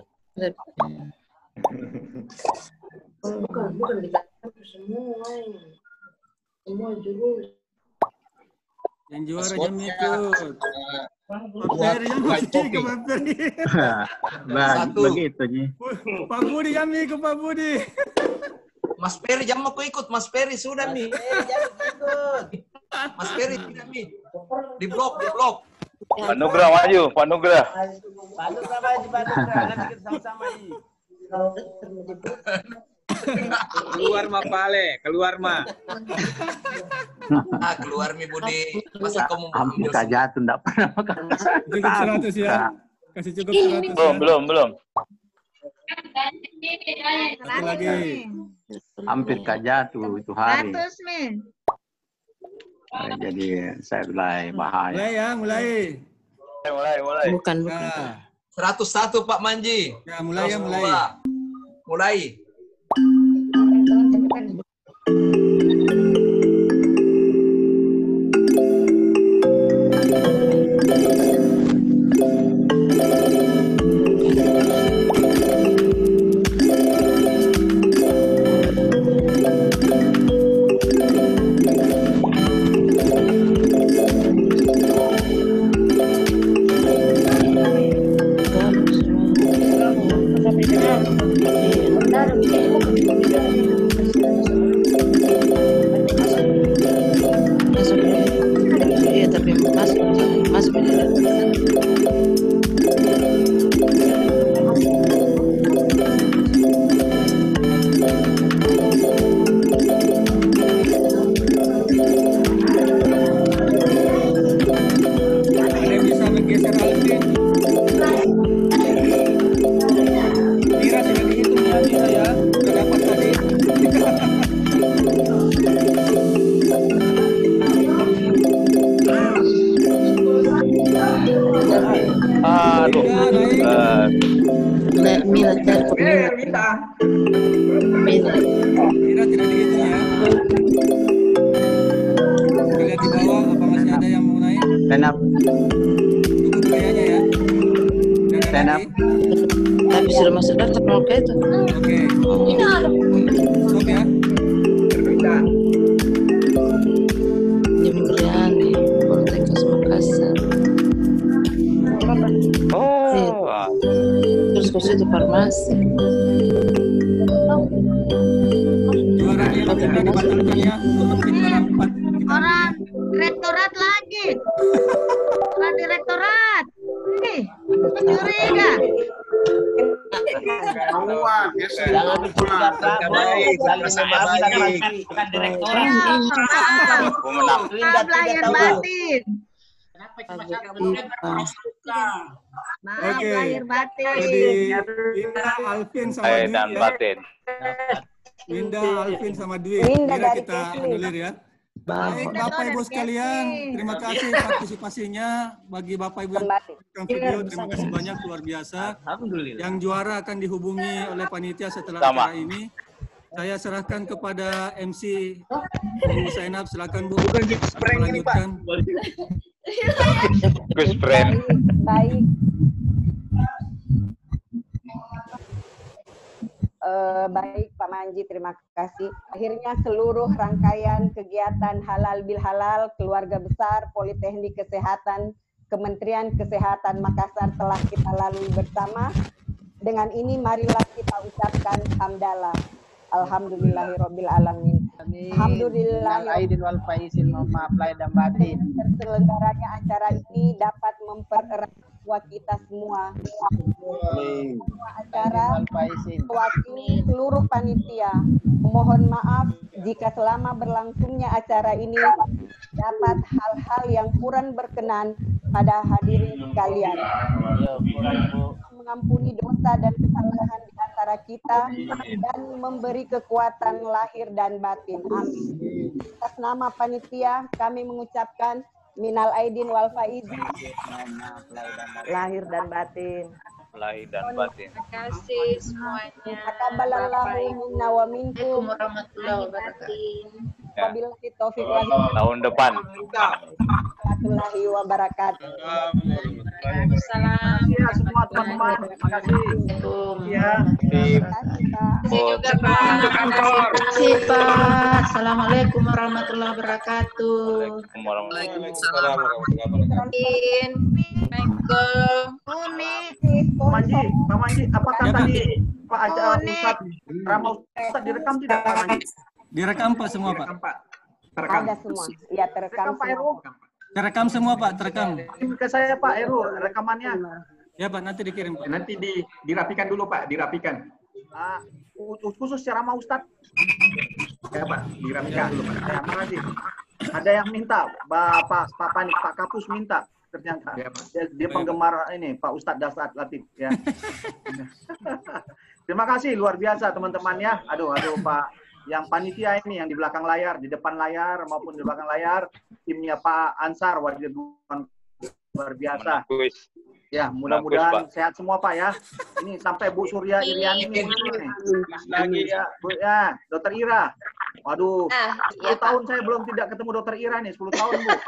Bukan, bukan dikatakan semua ini. Semua jurus. Yang juara jam ikut. Pak yang begitu, Pak Peri. Satu. Begitu, Ji. Pak Budi yang ikut, Pak Budi. Mas Peri jangan aku ikut, Mas Peri sudah nih. Mas Peri tidak nih. Di blok, di blok. Pak Nugra maju, Pak Nugra. Pak Nugra maju, Pak Nugra. Nanti kita sama-sama ini. Keluar mah Pale, keluar mah. Ah, keluar mi Budi. Masa kamu mau Hampir saja tuh enggak pernah makan. Cukup seratus ya. Kasih cukup seratus. Belum, belum, belum. Satu lagi. Hampir saja tuh itu hari. Seratus, Min. Jadi saya mulai bahaya. Mulai ya, mulai. Mulai, mulai. Bukan, bukan. Nah. seratus satu Pak Manji. Ya, mulai ya, mulai. Mulai. Iya, tapi masuk, masuk. Ada yang bisa menggeser Alvin? Mira sudah dihitung ya, Mira ya. Sudah dapat tadi. Aduh. Mila, Mila, Mira, Mira. Mila. Mira tidak dihitung ya. Lihat di bawah, apa masih ada yang mau naik? Stand up. Cukup kayaknya ya. Stand up. Tapi sudah masuk daftar mereka itu. Oke. Stop ya. Jembriani, Poltekkes Makassar. Oh. Terus ke situ farmasi. Juaranya sudah dibatalkan ya. Untuk bintang empat. Orang rektorat lagi. Orang direktorat. Nih, curiga. Jangan dicuriga Prabowo, saling memaafkan bukan direktorat. Maaf lahir batin. Maaf Oke. lahir batin. Jadi Winda, Alvin sama Hai Dwi dan ya. batin. Winda, Alvin sama Dwi. Winda Kira dari kita Kepri. anulir ya. Baik Bapak Ibu sekalian, terima kasih partisipasinya bagi Bapak Ibu yang menonton video. Terima kasih banyak, luar biasa. Alhamdulillah. Yang juara akan dihubungi oleh panitia setelah Sama. acara ini. Saya serahkan kepada M C Bu Zainab, silakan Bu. Melanjutkan. Gus friend. Baik. Eh, baik Pak Manji, terima kasih. Akhirnya seluruh rangkaian kegiatan halal bil halal keluarga besar Politeknik Kesehatan Kementerian Kesehatan Makassar telah kita lalui bersama. Dengan ini marilah kita ucapkan hamdalah. Alhamdulillahirabbil alamin. Alhamdulillah. Aidin wal faizin, mohon maaf lahir dan batin. Terselenggaranya acara ini dapat mempererat jiwa kita semua. Semua acara mewakili seluruh panitia. Mohon maaf jika selama berlangsungnya acara ini dapat hal-hal yang kurang berkenan pada hadirin sekalian. Mengampuni dosa dan kesalahan di antara kita dan memberi kekuatan lahir dan batin. Amin. Atas nama panitia kami mengucapkan minal aidin wal faizin, lahir dan batin. Lahir dan batin. Terima kasih semuanya. Taqabbalallahu minna wa minkum. Warahmatullahi wabarakatuh. Wabillahi taufiq wal hidayah. Tahun depan. Warahmatullahi wabarakatuh. Waalaikumsalam. Ya semua teman-teman, terima kasih. Ya. Terima kasih juga Pak. Terima kasih Pak. Assalamualaikum warahmatullahi wabarakatuh. Waalaikumsalam warahmatullahi wabarakatuh. Assalamualaikum. Pak Manji, Pak Manji, apakah tadi Pak Aja Ustaz Rama Ustaz direkam tidak Pak Manji? Direkam Pak semua Pak? Ada semua. Iya terekam semua. Terekam semua Pak, terekam. Kirim ke saya Pak Heru rekamannya. Ya Pak, nanti dikirim. Pak. Nanti di, dirapikan dulu Pak, dirapikan. Ah, khusus ceramah Ustadz. Ya Pak, dirapikan dulu Pak. Ya, makasih. Ada yang minta, Bapak Pak Panik, Pak Kapus minta ternyata. Ya, Pak. Dia, dia penggemar ini Pak Ustadz Dasar Latif ya. Terima kasih luar biasa teman-teman ya. Aduh, aduh Pak. Yang panitia ini yang di belakang layar, di depan layar maupun di belakang layar, timnya Pak Ansar wajib luar biasa. Ya, mudah-mudahan sehat semua Pak ya. Ini sampai Bu Surya Iriani ini. Lagi ya, Bu ya, Dokter Ira. Waduh, sepuluh tahun saya belum tidak ketemu Dokter Ira nih, sepuluh tahun Bu.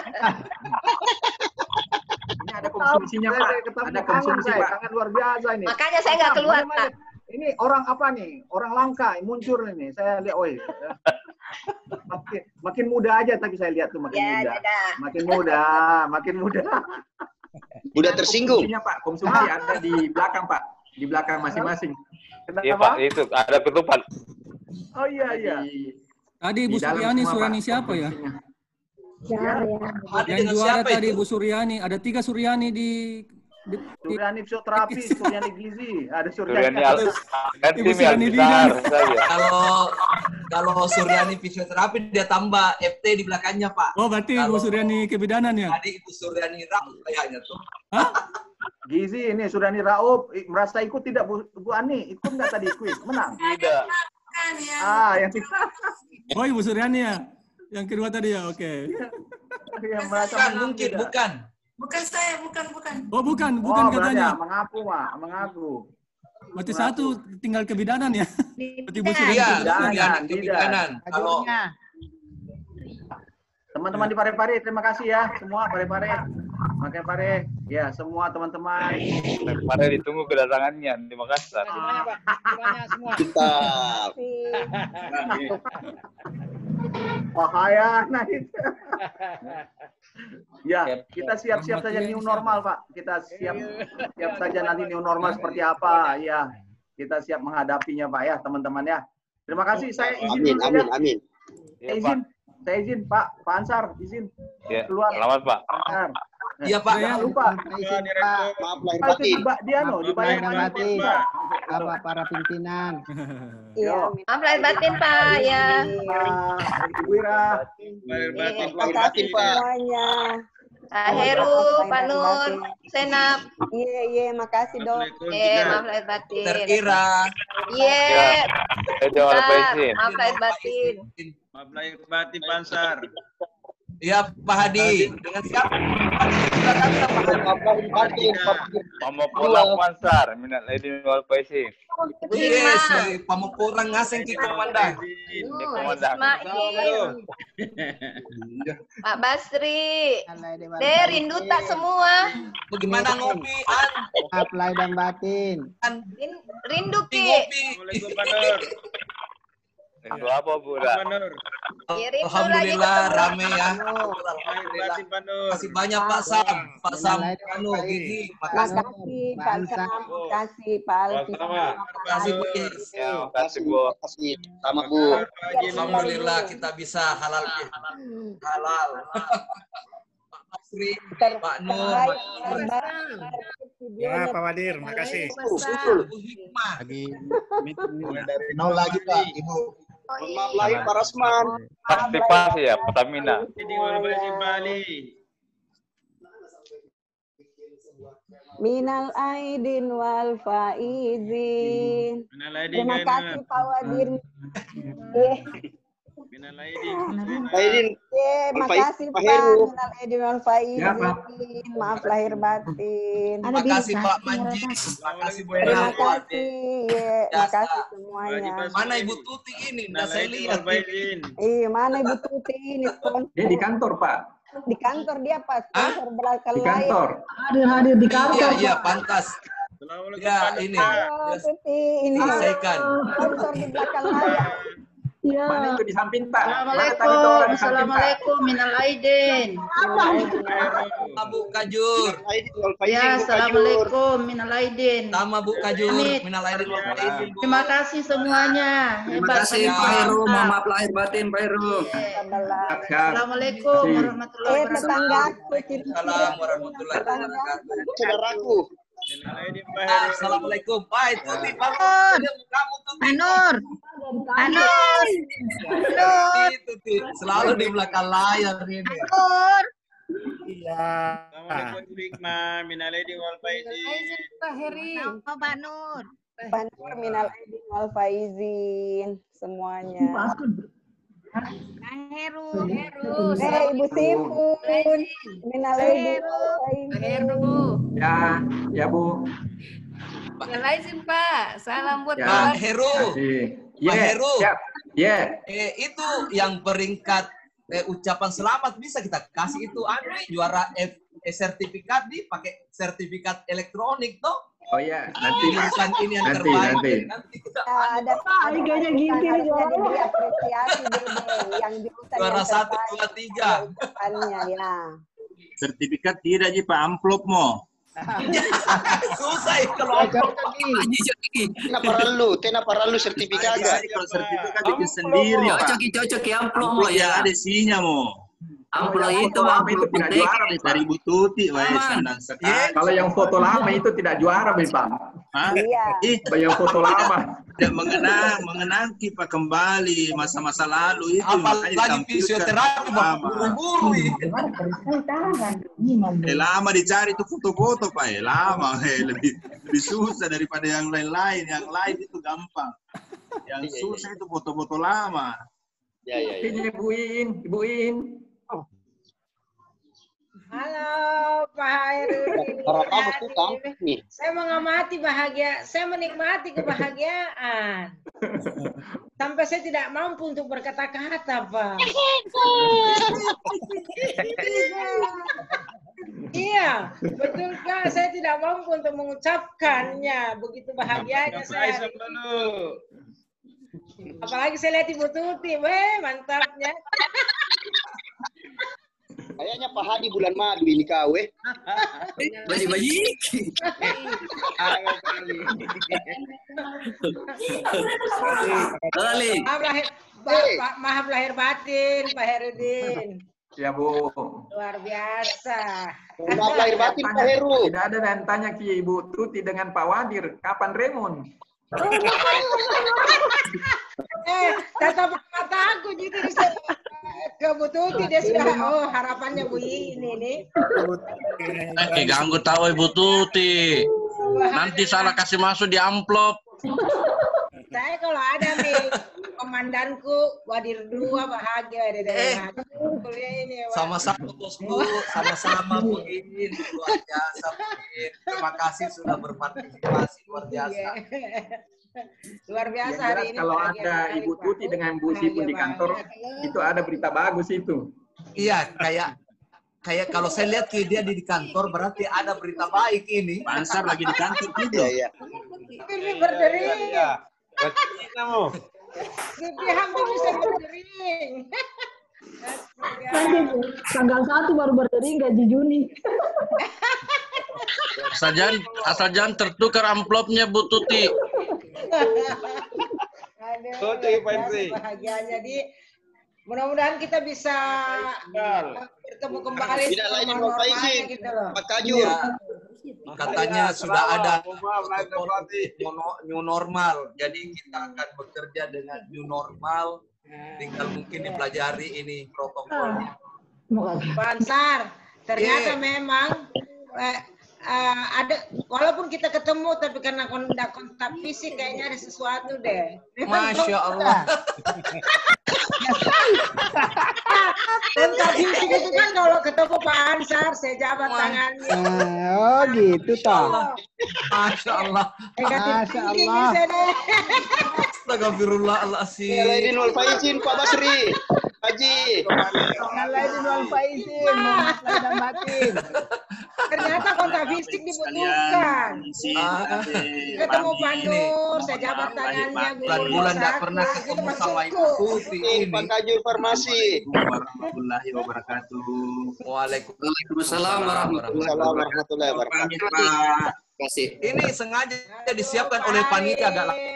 Ini ada konsumsinya Pak. Ada konsumsi Pak. Kangen luar biasa ini. Makanya saya nggak keluar Pak. Ini orang apa nih? Orang langka muncul ini. Saya lihat, oi. Makin, makin muda aja tapi saya lihat tuh makin ya, muda. Dadah. Makin muda, makin muda. Udah tersinggung. Konsumsinya Pak, konsumsi ada di belakang Pak, di belakang masing-masing. Iya Pak, itu ada ketupat. Oh iya iya. Tadi Bu Suryani, Suryani siapa ya? Ya, ya. Yang juara tadi Bu Suryani, ada tiga Suryani di Suryani fisioterapi, Suryani gizi, ada Suryani Suryani. Ibu Suryani bidan. Kalau kalau Suryani fisioterapi dia tambah F T di belakangnya Pak. Oh berarti Ibu Suryani kebidanan ya? Tadi Ibu Suryani Raub kayaknya tuh. Hah? Gizi ini Suryani Raub merasa ikut tidak Bu, Bu Ani? Ikut nggak tadi kuis? Menang? Tidak. Ah yang tidak. Oh Ibu Suryani ya? Yang kedua tadi ya, oke. Yang merasa mungkin bukan. Bukan saya, bukan, bukan. Oh, bukan, bukan oh, katanya. Mengaku, Mak, mengaku. Berarti satu tinggal kebidanan ya? Berarti Bu Suryani. Iya, kebidanan, kebidanan. Kalau teman-teman di Parepare, terima kasih ya semua Parepare. Makai Pare, ya semua teman-teman. Parepare ditunggu kedatangannya di Makassar. Semuanya Pak, semuanya semua. Kita. Bahaya, nah itu. Ya, kita siap-siap saja new normal, Pak. Kita siap siap saja nanti new normal seperti apa. Ya, kita siap menghadapinya, Pak ya, teman-teman ya. Terima kasih. Saya izin. Amin, amin, amin. Saya izin, saya izin, Pak. Pak Ansar, izin. Ya, keluar. Selamat, Pak. Iya, Pak. Jangan lupa. Izin, Pak. Maaf lahir batin. Dia no, dibayar batin. Apa para pimpinan? Iya, maaf lahir batin, Pak. Ya. Ibu Ira. Lahir batin, lahir batin, Pak. Semuanya. Pak Heru, Pak Nur, Senap. Iya, iya, makasih dong. Eh, maaf lahir batin. Terkira. Iya. Maaf lahir batin. Maaf lahir batin, Pansar. Iya, Pak Hadi. Dengan siapa? Pamopolang Pansar, minat lady wal paisi. Yes, Pamopolang ngaseng kita komandan. Ismail. Pak Basri. Deh, rindu tak semua. Bagaimana ngopi? Apply dan batin. Rindu Ki. Rindu apa, Bu? Alhamdulillah rame ya. Alhamdulillah. Terima kasih banyak Pak Sam, Pak Sam Anu Gigi. Makasih Pak Sam, makasih Pak Alfi. Terima kasih Bu. Terima kasih Bu. Sama Bu. Alhamdulillah kita bisa halal halal. Pak Basri, Pak Nur, ya Pak Wadir, makasih. Lagi mulai dari nol lagi Pak, Ibu. Mohon maaf lahir Pak Rasman. Partisipasi ya, Pertamina. Minal aidin wal faizin. Terima kasih Pak Wadir. Minal aidin. Aidin. Makasih Pak. Minal aidin wal faizin. Maaf lahir batin. Terima kasih Pak Manji. Terima kasih Bu Ena. Terima kasih. Terima kasih semuanya. Mana Ibu Tuti ini? Nggak saya lihat. Iya, mana Ibu Tuti ini? Dia di kantor, Pak. Di kantor dia, Pak. Sponsor belakang Di kantor. Hadir-hadir di kantor. Iya, iya, pantas. Ya, ini. Halo, Tuti. Ini. Selesaikan. Sponsor di belakang layar. Ya. Mana itu di samping tak? Assalamualaikum, assalamualaikum, minal aidin. Sama Bu Kajur. Ya, assalamualaikum, minal aidin. Sama Bu Kajur, minal aidin wal faizin. Terima kasih semuanya. Terima kasih Pak Heru, mohon maaf lahir batin Pak Heru. Assalamualaikum warahmatullahi wabarakatuh. Assalamualaikum warahmatullahi wabarakatuh. Saudaraku. Assalamualaikum. Baik, Tuti, Pak. Kamu Tuti. Anur. Anur. Anur. Tuti, selalu di belakang layar ini. Anur. Iya. Assalamualaikum Hikmah, minal aidin wal faizin. Pak Heri. Apa Pak Nur? Pak Nur, minal aidin wal faizin semuanya. Kang Heru, Heru. Eh, Ibu Sipun. Minal aidin wal faizin. Ya, ya Bu. Minal aidin Pak. Salam buat Ya. Pak Heru. Ya, Pak Heru. Ya. Ya. Eh, itu yang peringkat eh, ucapan selamat bisa kita kasih itu anu nih, juara F, eh, sertifikat nih pakai sertifikat elektronik toh. Oh ya, nanti bukan ini yang nanti, terbaik. nanti. Nanti kita ada harganya gitu diberi apresiasi dulu yang jurusan juara satu dua tiga. Ya. Sertifikat tidak Ji Pak, amplop mo. Susah itu loh. Tena perlu, tena perlu sertifikat. Kalau sertifikat bikin sendiri. Cocok-cocok ya amplop mo Ya ya. ada isinya mo. Amplop itu lama amplop itu tidak penting. juara nih, Pak. Dari Bu Tuti, wah senang sekali. Kalau yang foto lama itu tidak juara, nih, Pak. Hah? Iya. Ih, Yang foto lama. tidak mengenang, mengenang kita kembali masa-masa lalu itu. Apalagi fisioterapi buru-buru. Eh, lama dicari itu foto-foto Pak, eh, lama, eh, lebih lebih susah daripada yang lain-lain. Yang lain itu gampang. Yang susah itu foto-foto lama. Ya, ya, ya. Ini Ibu In, Ibu In. Halo Pak Hairudin. Saya mengamati bahagia, saya menikmati kebahagiaan. Sampai saya tidak mampu untuk berkata-kata, Pak. Iya, betulkah saya tidak mampu untuk mengucapkannya. Begitu bahagianya saya. Apalagi saya lihat Ibu Tuti, weh, mantapnya. Kayaknya Pak Hadi bulan madu ini kau, eh. Bayi-bayi. Kali. Maaf lahir, Pak, maaf lahir batin, Pak Herudin. Ya Bu. Luar biasa. Maaf lahir batin Pak Heru. Tidak ada yang tanya Ki Ibu Tuti dengan Pak Wadir, kapan Remon? Eh, tetap mata aku jadi ke Bu Tuti dia sudah, oh harapannya Bu ini nih. Eh, ganggu tahu Ibu Tuti. Nanti salah kasih masuk di amplop. Saya kalau ada nih komandanku Wadir dua bahagia dari kuliah ini. Sama-sama bosku, sama-sama Bu Ingin, luar biasa Bu Ingin. Terima kasih sudah berpartisipasi luar biasa. Luar biasa Yang hari jelas ini. kalau ada Ibu Tuti dengan Bu Sipun di kantor, itu ada berita bagus itu. Iya, kayak kayak kalau saya lihat ke dia di kantor berarti ada berita baik ini. Pansar lagi di kantor juga. Iya. Ini berdering. Jadi hampir bisa berdering. Tanggal satu baru berdering gaji Juni. Asal jangan, asal jangan tertukar amplopnya Bu Tuti. Aduh, bahagianya di mudah-mudahan kita bisa bertemu kembali. Tidak lain yang Bapak izin, gitu loh. Pak Kajur. Katanya sudah ada new normal, jadi kita akan bekerja dengan new normal. Tinggal mungkin dipelajari ini protokolnya. Pak Ansar, ternyata Yeah. memang eh, uh, ada walaupun kita ketemu tapi karena kontak kontak fisik kayaknya ada sesuatu deh. Masya Allah. Kontak fisik itu kan kalau ketemu Pak Ansar saya jabat tangannya. Oh gitu toh. Masya Allah. Masya Allah. Astagfirullahaladzim. Lain wal faizin Pak Basri. Pak Haji. Minal aidin wal faizin. Mohon maaf lahir dan batin. Ternyata kontak fisik dibutuhkan. Ketemu Pak Nur, saya jabat tangannya. Bulan-bulan nggak pernah ketemu sama Ibu Tuti ini. Pak Kajul Farmasi. Warahmatullahi wabarakatuh. Waalaikumsalam warahmatullahi wabarakatuh. Terima kasih. Ini sengaja disiapkan oleh panitia agak lama.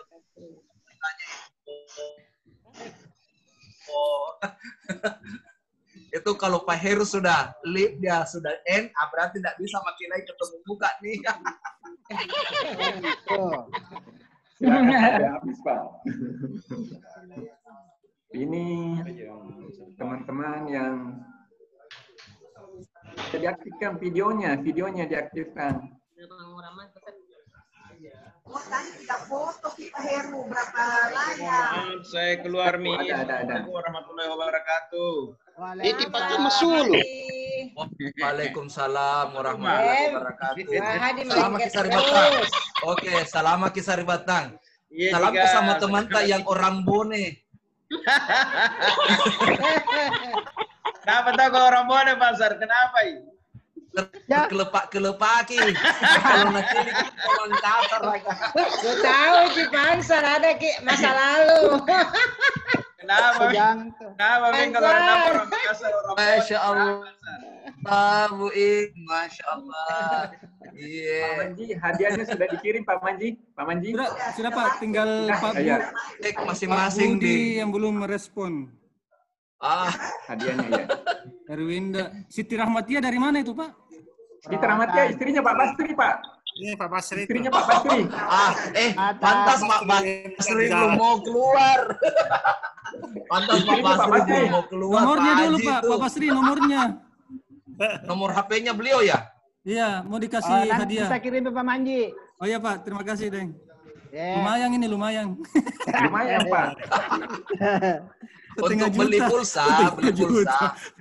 Oh. Itu kalau Pak Heru sudah live dia sudah end, berarti tidak bisa makin lagi ketemu muka nih. Habis Pak. Ini teman-teman yang diaktifkan videonya, videonya diaktifkan. Oh, tadi kita foto kita Heru berapa layar? Maaf, saya keluar Mi. Ada, ada, ada. Assalamualaikum warahmatullahi wabarakatuh. Ini pakai masulu. Waalaikumsalam warahmatullahi wabarakatuh. Salam kisah ribatang. Oke, salam kisah ribatang. Salam sama teman tak yang orang Bone. Kenapa tahu kalau orang Bone, Pasar? Kenapa ini? Kelepak kelepaki. Kalau nanti orang kasar lagi. Gue tahu di Pansar ada ki masa lalu. Kenapa? Kenapa Bing kalau orang kasar orang Bone? Masya Allah. Bu Ik, Masya Allah. Iya. Pak Manji, hadiahnya sudah dikirim Pak Manji. Pak Manji. Sudah, sudah Pak. Tinggal Pak Bu. Cek masing-masing di yang belum merespon. Ah, hadiahnya ya. Erwinda. Siti Rahmatia dari mana itu Pak? Siti Rahmatia istrinya Pak Basri Pak. Ini Pak Basri. Istrinya Pak Basri. Ah, eh, pantas Pak Basri belum mau keluar. Pantas Pak Basri belum mau keluar. Nomornya dulu Pak, Pak Basri nomornya. Nomor H P-nya beliau ya? Iya, mau dikasih Oh, nanti hadiah. bisa kirim ke Pak Manji. Oh iya Pak, terima kasih Deng. Yeah. Lumayan ini, lumayan. Lumayan Pak. Untuk beli pulsa, beli pulsa.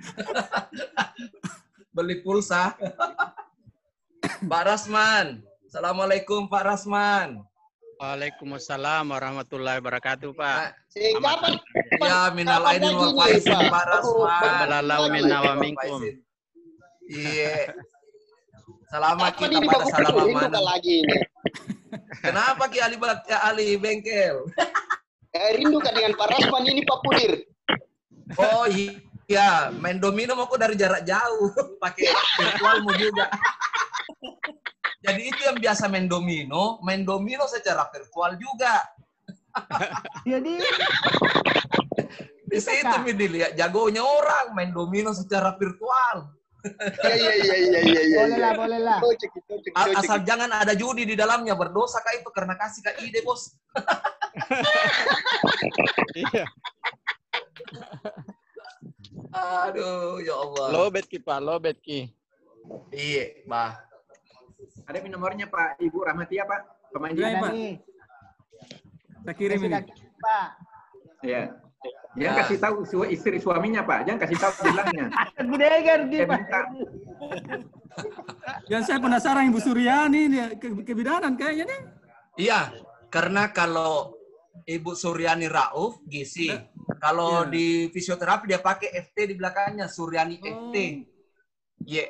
Beli pulsa. Pak Rasman. Assalamualaikum Pak Rasman. Waalaikumsalam warahmatullahi wabarakatuh Pak. Ya, minal aidin wal faizin Pak Rasman. Balalau minna wa minkum. Iya. Selama kita pada salaman mana lagi ini. Kenapa Ki Ali ya Ali bengkel? Eh, rindu kan dengan Pak Rasman ini Pak Pudir. Oh iya, main domino aku dari jarak jauh, pakai virtualmu juga. Jadi itu yang biasa main domino, main domino secara virtual juga. Jadi di situ mi dilihat jagonya orang main domino secara virtual. Iya iya iya iya iya iya. Boleh lah, boleh lah. Asal jangan ada judi di dalamnya, berdosa kah itu karena kasih ke ide, Bos. Iya. Aduh, ya Allah. Lobet Ki Pak, lobet Ki. Iya, Bah. Ada mi nomornya Pak Ibu Rahmatia Pak. Pemain Iya, Pak. Saya kirim ini. Pak. Iya. Jangan ya. Kasih tahu su istri suaminya Pak. Jangan kasih tahu bilangnya. Budegar di Pak. Ya saya penasaran Ibu Suryani dia ke kebidanan kayaknya nih. Iya, karena kalau Ibu Suryani Rauf gizi. Kalau ya. Di fisioterapi dia pakai F T di belakangnya, Suryani oh. F T. Iya. Yeah.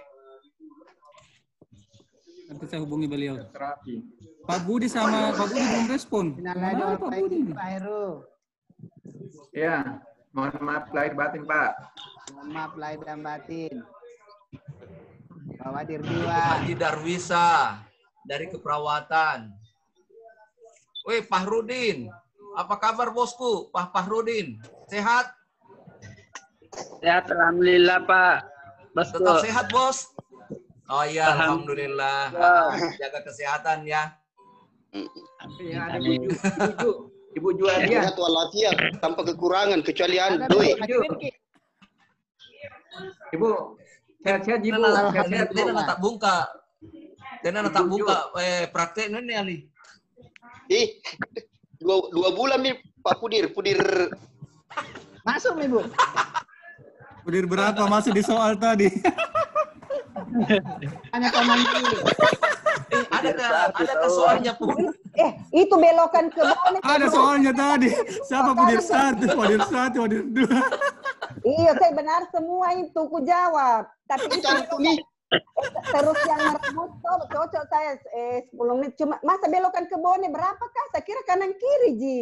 Nanti saya hubungi beliau. Pak Budi sama Pak Budi belum respon. Mana Pak Budi? Pak Heru. Ya, mohon maaf lahir batin Pak. Mohon maaf lahir dan batin. Pak Wadir dua. Haji Darwisa dari keperawatan. Wih, Pak Rudin. Apa kabar bosku? Pak Fahrudin, sehat? Sehat, alhamdulillah Pak. Bosku. Tetap sehat bos? Oh iya, alhamdulillah. Jaga kesehatan ya. Ya ada Ibu Ibu Ibu Jualia. Sehat walafiat tanpa kekurangan kecuali Anda. Ibu, sehat-sehat Ibu. Sehat dia tak bungka. Dia tak bungka eh praktek ini Ali. Ih. Dua, dua bulan nih Pak Pudir, Pudir masuk nih Bu. Pudir berapa masuk di soal tadi? Hanya komen dulu. Ada ke, ada ke soalnya Pudir. Eh itu belokan ke mana? Ada soalnya tadi. Siapa Pudir satu, Pudir satu, Pudir dua. Iya, saya benar semua itu ku jawab. Tapi itu terus yang merebut tuh cocok saya eh, sepuluh menit cuma masa belokan ke Bone berapakah? Saya kira kanan kiri Ji.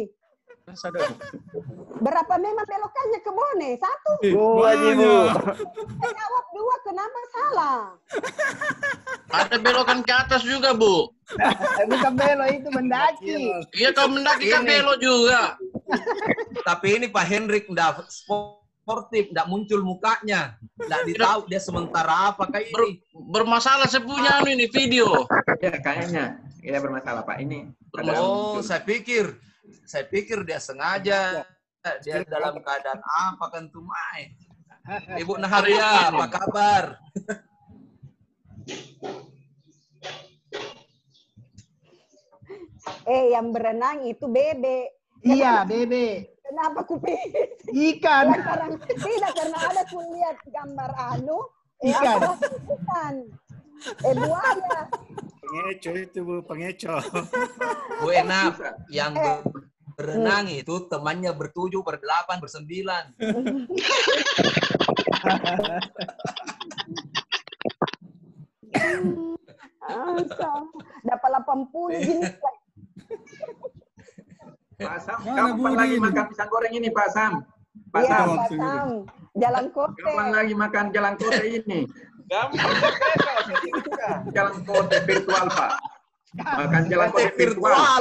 Berapa memang belokannya ke Bone? Satu. Dua Ji Bu. Saya jawab dua, kenapa salah? Ada belokan ke atas juga Bu. Bukan belok itu mendaki. Iya kalau mendaki kan belok juga. Tapi ini Pak Hendrik enggak sportif, enggak muncul mukanya. Enggak ditahu dia sementara apa kayak Ber, ini. Bermasalah saya punya anu ini video. Ya kayaknya. Ya bermasalah Pak ini. Oh, saya pikir saya pikir dia sengaja. Dia dalam keadaan apa kan Tumai. Ibu Naharia, apa kabar? Eh, yang berenang itu bebek. Iya, bebek. Kenapa ku pilih? Ikan. Ya, karena, tidak, karena ada ku lihat gambar anu. Eh, Ikan. apa, ikan. Eh, buaya. Pengeco itu Bu, pengeco. Bu Enap, yang berenang itu temannya bertujuh, berdelapan, bersembilan. Dapat delapan puluh jenis. Pak Sam, kapan lagi makan pisang goreng ini Pak Sam? Pak Iya, Sam. Pak Sam. Jalan Kote. Kapan lagi makan jalan Kote ini? Jalan Kote virtual Pak. Makan jalan Kote virtual.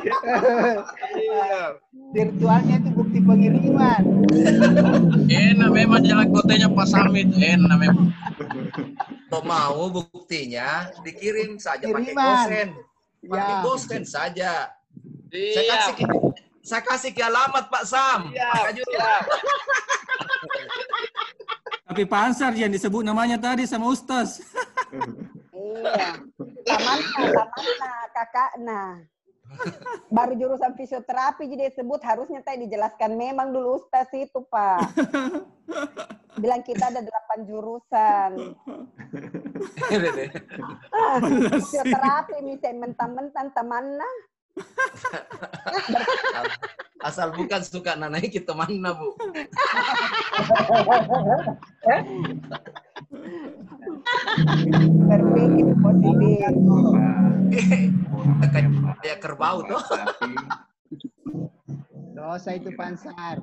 Virtualnya itu bukti pengiriman. Enak memang jalan kotanya Pak Sam itu, enak memang. Kalau mau buktinya dikirim saja pakai Kiriman. gosen. Pakai Ya. gosen saja. Iya. Saya kasih ke, saya kasih ke alamat Pak Sam. Iya. Tapi Pak Ansar yang disebut namanya tadi sama Ustaz. Iya. Tamanna, tamanna, kakakna. Baru jurusan fisioterapi jadi disebut harusnya tadi dijelaskan memang dulu Ustaz itu Pak. Bilang kita ada delapan jurusan. Ah, fisioterapi misalnya mentang-mentang tamanna. Asal bukan suka nanai kita mana Bu. Berpikir positif. Kayak kerbau tuh. Dosa itu Pansar.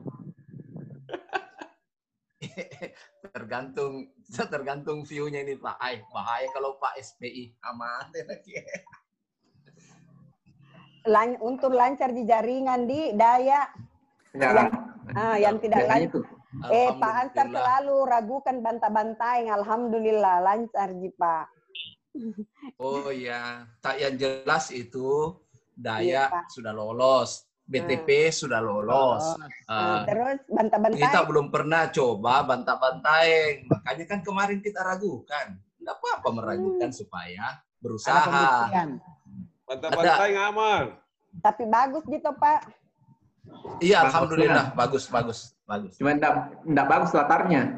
Tergantung tergantung view-nya ini Pak. Ay, bahaya kalau Pak S P I aman lagi. Lan untuk lancar di jaringan di daya. Ya. Yang, ah, yang tidak lancar. Itu. Eh Pak Ansar selalu ragukan bantah-bantai. Alhamdulillah lancar ji Pak. Oh iya, tak yang jelas itu Iya, Daya Pak. sudah lolos, B T P sudah lolos. Ah, Uh, terus bantah-bantai. kita belum pernah coba bantah-bantai, makanya kan kemarin kita ragukan. Tidak apa-apa meragukan supaya berusaha. Bantai ngamal. Tapi bagus gitu Pak. Iya, Bagus, alhamdulillah bagus bagus bagus. Cuma enggak enggak bagus latarnya.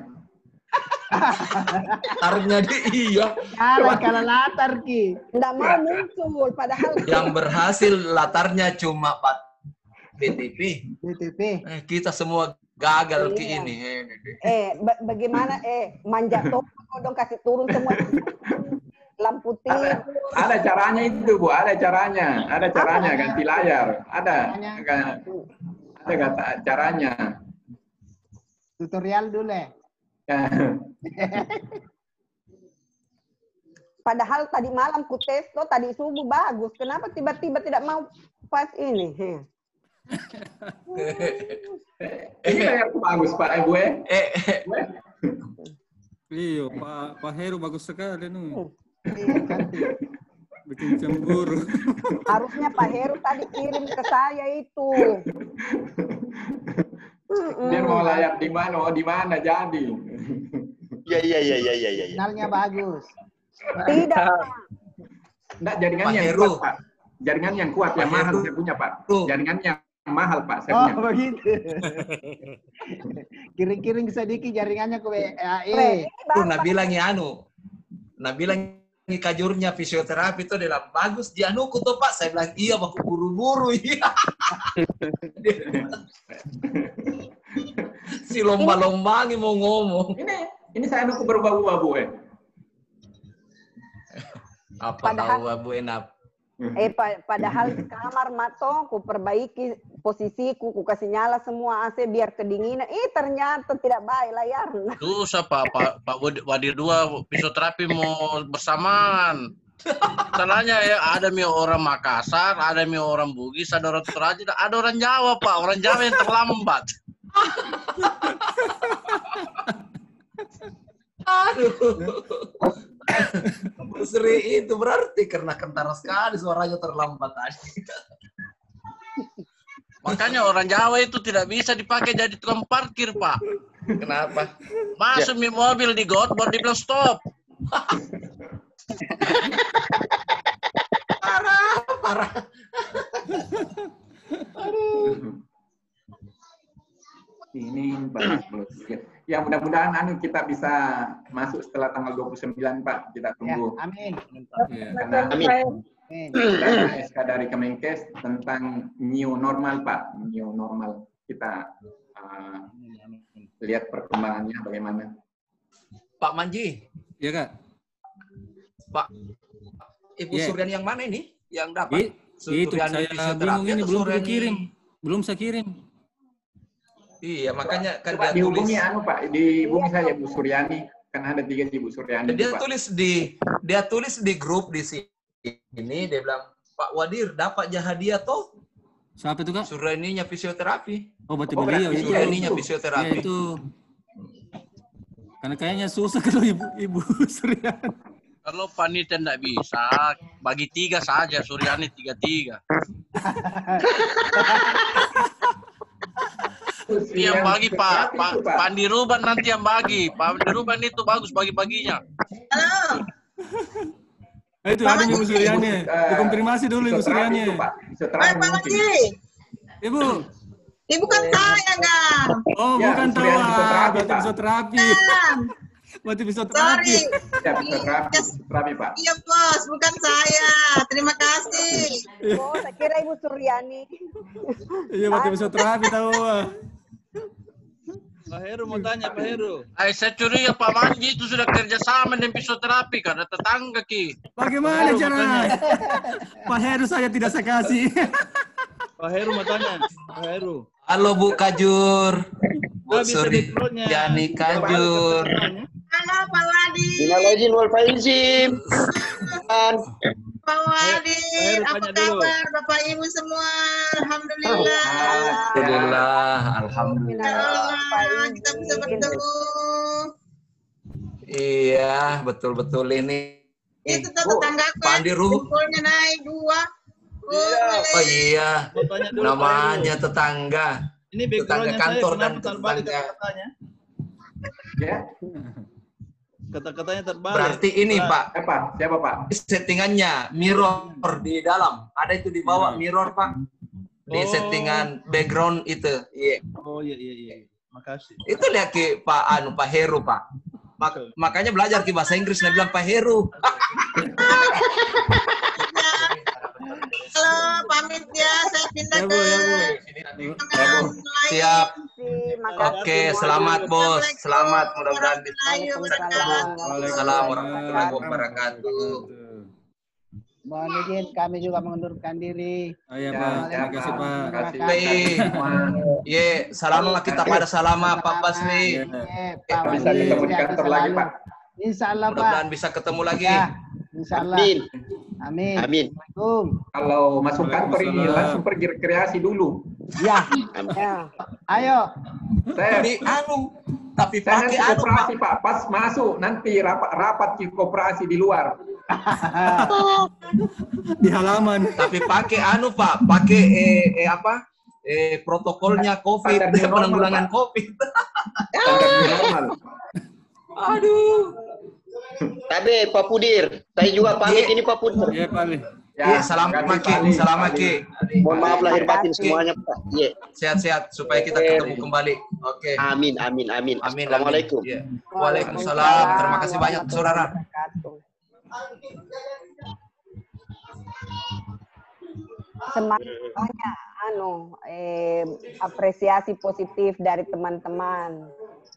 Latarnya di iya. Kalah kalah latar ki. Nggak mau muncul padahal. Yang berhasil latarnya cuma empat B T P. B T P. Eh, kita semua gagal Iya. ke ini. Eh ba- bagaimana eh manja toko dong kasih turun semua lampu tidur. Ada caranya itu Bu, ada caranya, ada caranya ganti layar, ada, ada kata caranya. Tutorial dulu ya. Padahal tadi malam ku tes tuh tadi subuh bagus. Kenapa tiba-tiba tidak mau pas ini? Heh. Ini layar bagus Pak Ibu eh. Iya, Pak Pak Heru bagus sekali nih. Bikin cemburu. Harusnya Pak Heru tadi kirim ke saya itu. Dia mau layar di mana? Oh, di mana jadi? Iya iya iya iya iya iya. Sinyalnya bagus. Tidak. Enggak, jaringan Pak yang Heru. kuat, Pak. Jaringan yang kuat, yang Pak mahal Heru. saya punya, Pak. Jaringan yang mahal, Pak, saya Oh punya. begitu. Kiring-kiring sedikit jaringannya ke W A E. Tuh Nabila ngi anu. Nabila ngi kajurnya fisioterapi itu dalam bagus dia anu ku tuh Pak. Saya bilang iya aku buru-buru iya. Si lomba-lomba nih mau ngomong. Ini ini saya nuku berubah-ubah Bu eh. Apa Padahal- tahu Bu Enap? Eh pa- padahal di kamar mato ku perbaiki posisiku, ku kasih nyala semua A C biar kedinginan. Eh ternyata tidak baik layarnya. Susah Pak, Pak, Pak Wadir dua fisioterapi mau bersamaan. Salahnya ya ada mi orang Makassar, ada mi orang Bugis, ada orang Toraja, ada orang Jawa Pak, orang Jawa yang terlambat. Aduh. Bu Sri itu berarti karena kentara sekali suaranya terlambat tadi. Makanya orang Jawa itu tidak bisa dipakai jadi tukang parkir Pak. Kenapa? Masuk mi mobil di got, baru dibilang stop. Parah, parah. Aduh. Ini bagus. Ya mudah-mudahan anu kita bisa masuk setelah tanggal dua puluh sembilan Pak. Kita tunggu. Ya, amin. Ya, karena Amin. ada S K dari Kemenkes tentang new normal Pak. New normal. Kita uh, lihat perkembangannya bagaimana. Pak Manji. Iya Kak. Pak Ibu Yeah. Suryani yang mana ini? Yang dapat? I, itu Suryani saya fisioterapi bingung ini atau belum saya Suryani- kirim. Belum saya kirim. Iya, makanya kan Coba dia dihubungi tulis. anu Pak, dihubungi saya Bu Suryani. Kan ada tiga Ibu Suryani. Dia Pak. tulis di dia tulis di grup di sini, dia bilang Pak Wadir dapat hadiah toh. Siapa itu Kak? Suryaninya fisioterapi. Oh, berarti Oh, beliau berarti itu. Suryaninya Ya, fisioterapi. itu. Karena kayaknya susah kalau Ibu Ibu Suryani. Kalau panitia tidak bisa, bagi tiga saja, Suryani tiga-tiga. Yang bagi Pak, Pak Pandi Ruban nanti yang bagi. Pak Pandi Ruban itu bagus bagi-baginya. Halo. Eh, itu ada Ibu Suryani. Dikonfirmasi dulu Ibu Suryani. Hai Pak Manji. Ibu. Ibu kan saya kan. Oh, Ya, bukan tahu. Suryani fisioterapi, Berarti Pak. fisioterapi. Berarti fisioterapi. Sorry. Ya, fisioterapi, fisioterapi Pak. Iya bos, bukan saya. Terima kasih. Oh, saya kira Ibu Suryani. Iya, berarti fisioterapi tahu. Pak Heru mau tanya, Pak Heru. Eh, saya curiga Pak Manji itu sudah kerjasama dengan fisioterapi karena tetangga Ki. Bagaimana Heru, caranya? Pak Heru saya tidak saya kasih. Pak Heru mau tanya, Pak Heru. Halo Bu Kajur. Bu Nggak bisa di-upload-nya. Suryani Kajur. Halo Pak Wadi. Minal aidin wal faizin. Pak Wadi, Heru apa tanya dulu. kabar Bapak Ibu semua? Alhamdulillah. Alhamdulillah, alhamdulillah. Ya Allah, kita bisa bertemu. Iya, betul-betul ini. Itu tuh tetanggaku Pak Andi Ruh. jempolnya naik dua. Oh iya, Mau tanya dulu, Pak namanya Heru. tetangga. Ini Tetangga backgroundnya saya, kantor dan kenapa terbalik tetangga. kata-katanya? Ya. Kata-katanya terbalik. Berarti ini Pak, Siapa? Siapa Pak? settingannya mirror di dalam. Ada itu di bawah mirror Pak. Di Oh. settingan background itu. Iya. Oh iya iya iya. Makasih. Itu lihat Ki Pak Anu Pak Heru Pak. Mak- makanya belajar Ki bahasa Inggris dia bilang Pak Heru. Halo, pamit ya. Saya pindah Ya, ke Bu, ya, Bu. lain. Siap. Makasih. Oke, selamat Bos. Selamat mudah-mudahan bisa Waalaikumsalam. Assalamualaikum warahmatullahi wabarakatuh. Mohon izin kami juga mengundurkan diri. Oh iya Ya, Pak, ya, terima kasih Pak. Pak. Terima kasih. Baik. Ye, salamlah kita pada salama Pak Basri. Eh, Kita Pak bisa Wadi, ketemu di sehat kantor lagi selalu. Pak. Insya Allah Pak. Mudah-mudahan bisa ketemu lagi. Ya, insya Allah. Amin. Amin. Amin. Assalamualaikum. Kalau masuk kantor ini Waalaikumsalam. langsung pergi rekreasi dulu. Ya, Ya. ayo. Saya Di anu, tapi saya nanti pakai anu Pak. koperasi Pak. Pas masuk nanti rapat rapat di koperasi di luar. Di halaman. Tapi pakai anu Pak, pakai eh, eh apa? Eh protokolnya COVID, Standar new normal, penanggulangan Pak. COVID. Standar new normal. Aduh. Tapi Pak Pudir, saya juga pamit ini Pak Pudir. Iya Pak Ali. Ya, salam terima Ki, kasih, Pak salam Ali. Ki. Mohon maaf lahir batin semuanya Pak. Iya. Sehat-sehat supaya kita Oke. ketemu kembali. Oke. Amin, amin, amin. Amin. Assalamualaikum. Amin. Ya. Waalaikumsalam. Terima kasih banyak saudara. Semangat banyak anu eh, apresiasi positif dari teman-teman.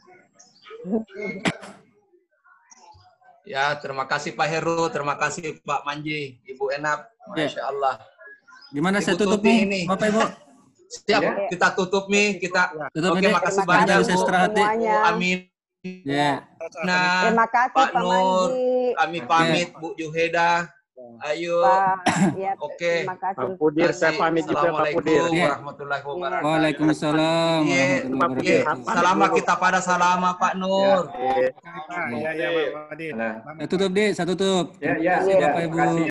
Ya, terima kasih Pak Heru, terima kasih Pak Manji, Ibu Enap, Masya Allah. Gimana saya Ibu tutup Tuti nih, ini. Bapak Ibu? Siap, Ya. kita tutup nih, kita. Tutup Oke, ini. makasih Terima banyak kasih Bu. semuanya. Bu Amin. Ya. Nah, Terima kasih Pak Pak Nur, Manji. kami pamit Bu Juheda. Ayo. Pak, ya, Oke. terima kasih. Pak Pudir, saya pamit juga Pak Pudir. Assalamualaikum warahmatullahi wabarakatuh. Waalaikumsalam Iya, warahmatullahi iya. wabarakatuh. Selama kita pada salama Pak Nur. Ya, ya, Pak Wadid. Saya tutup deh, saya tutup. Ya, ya, Terima kasih ya, Bapak terima Ibu. kasih.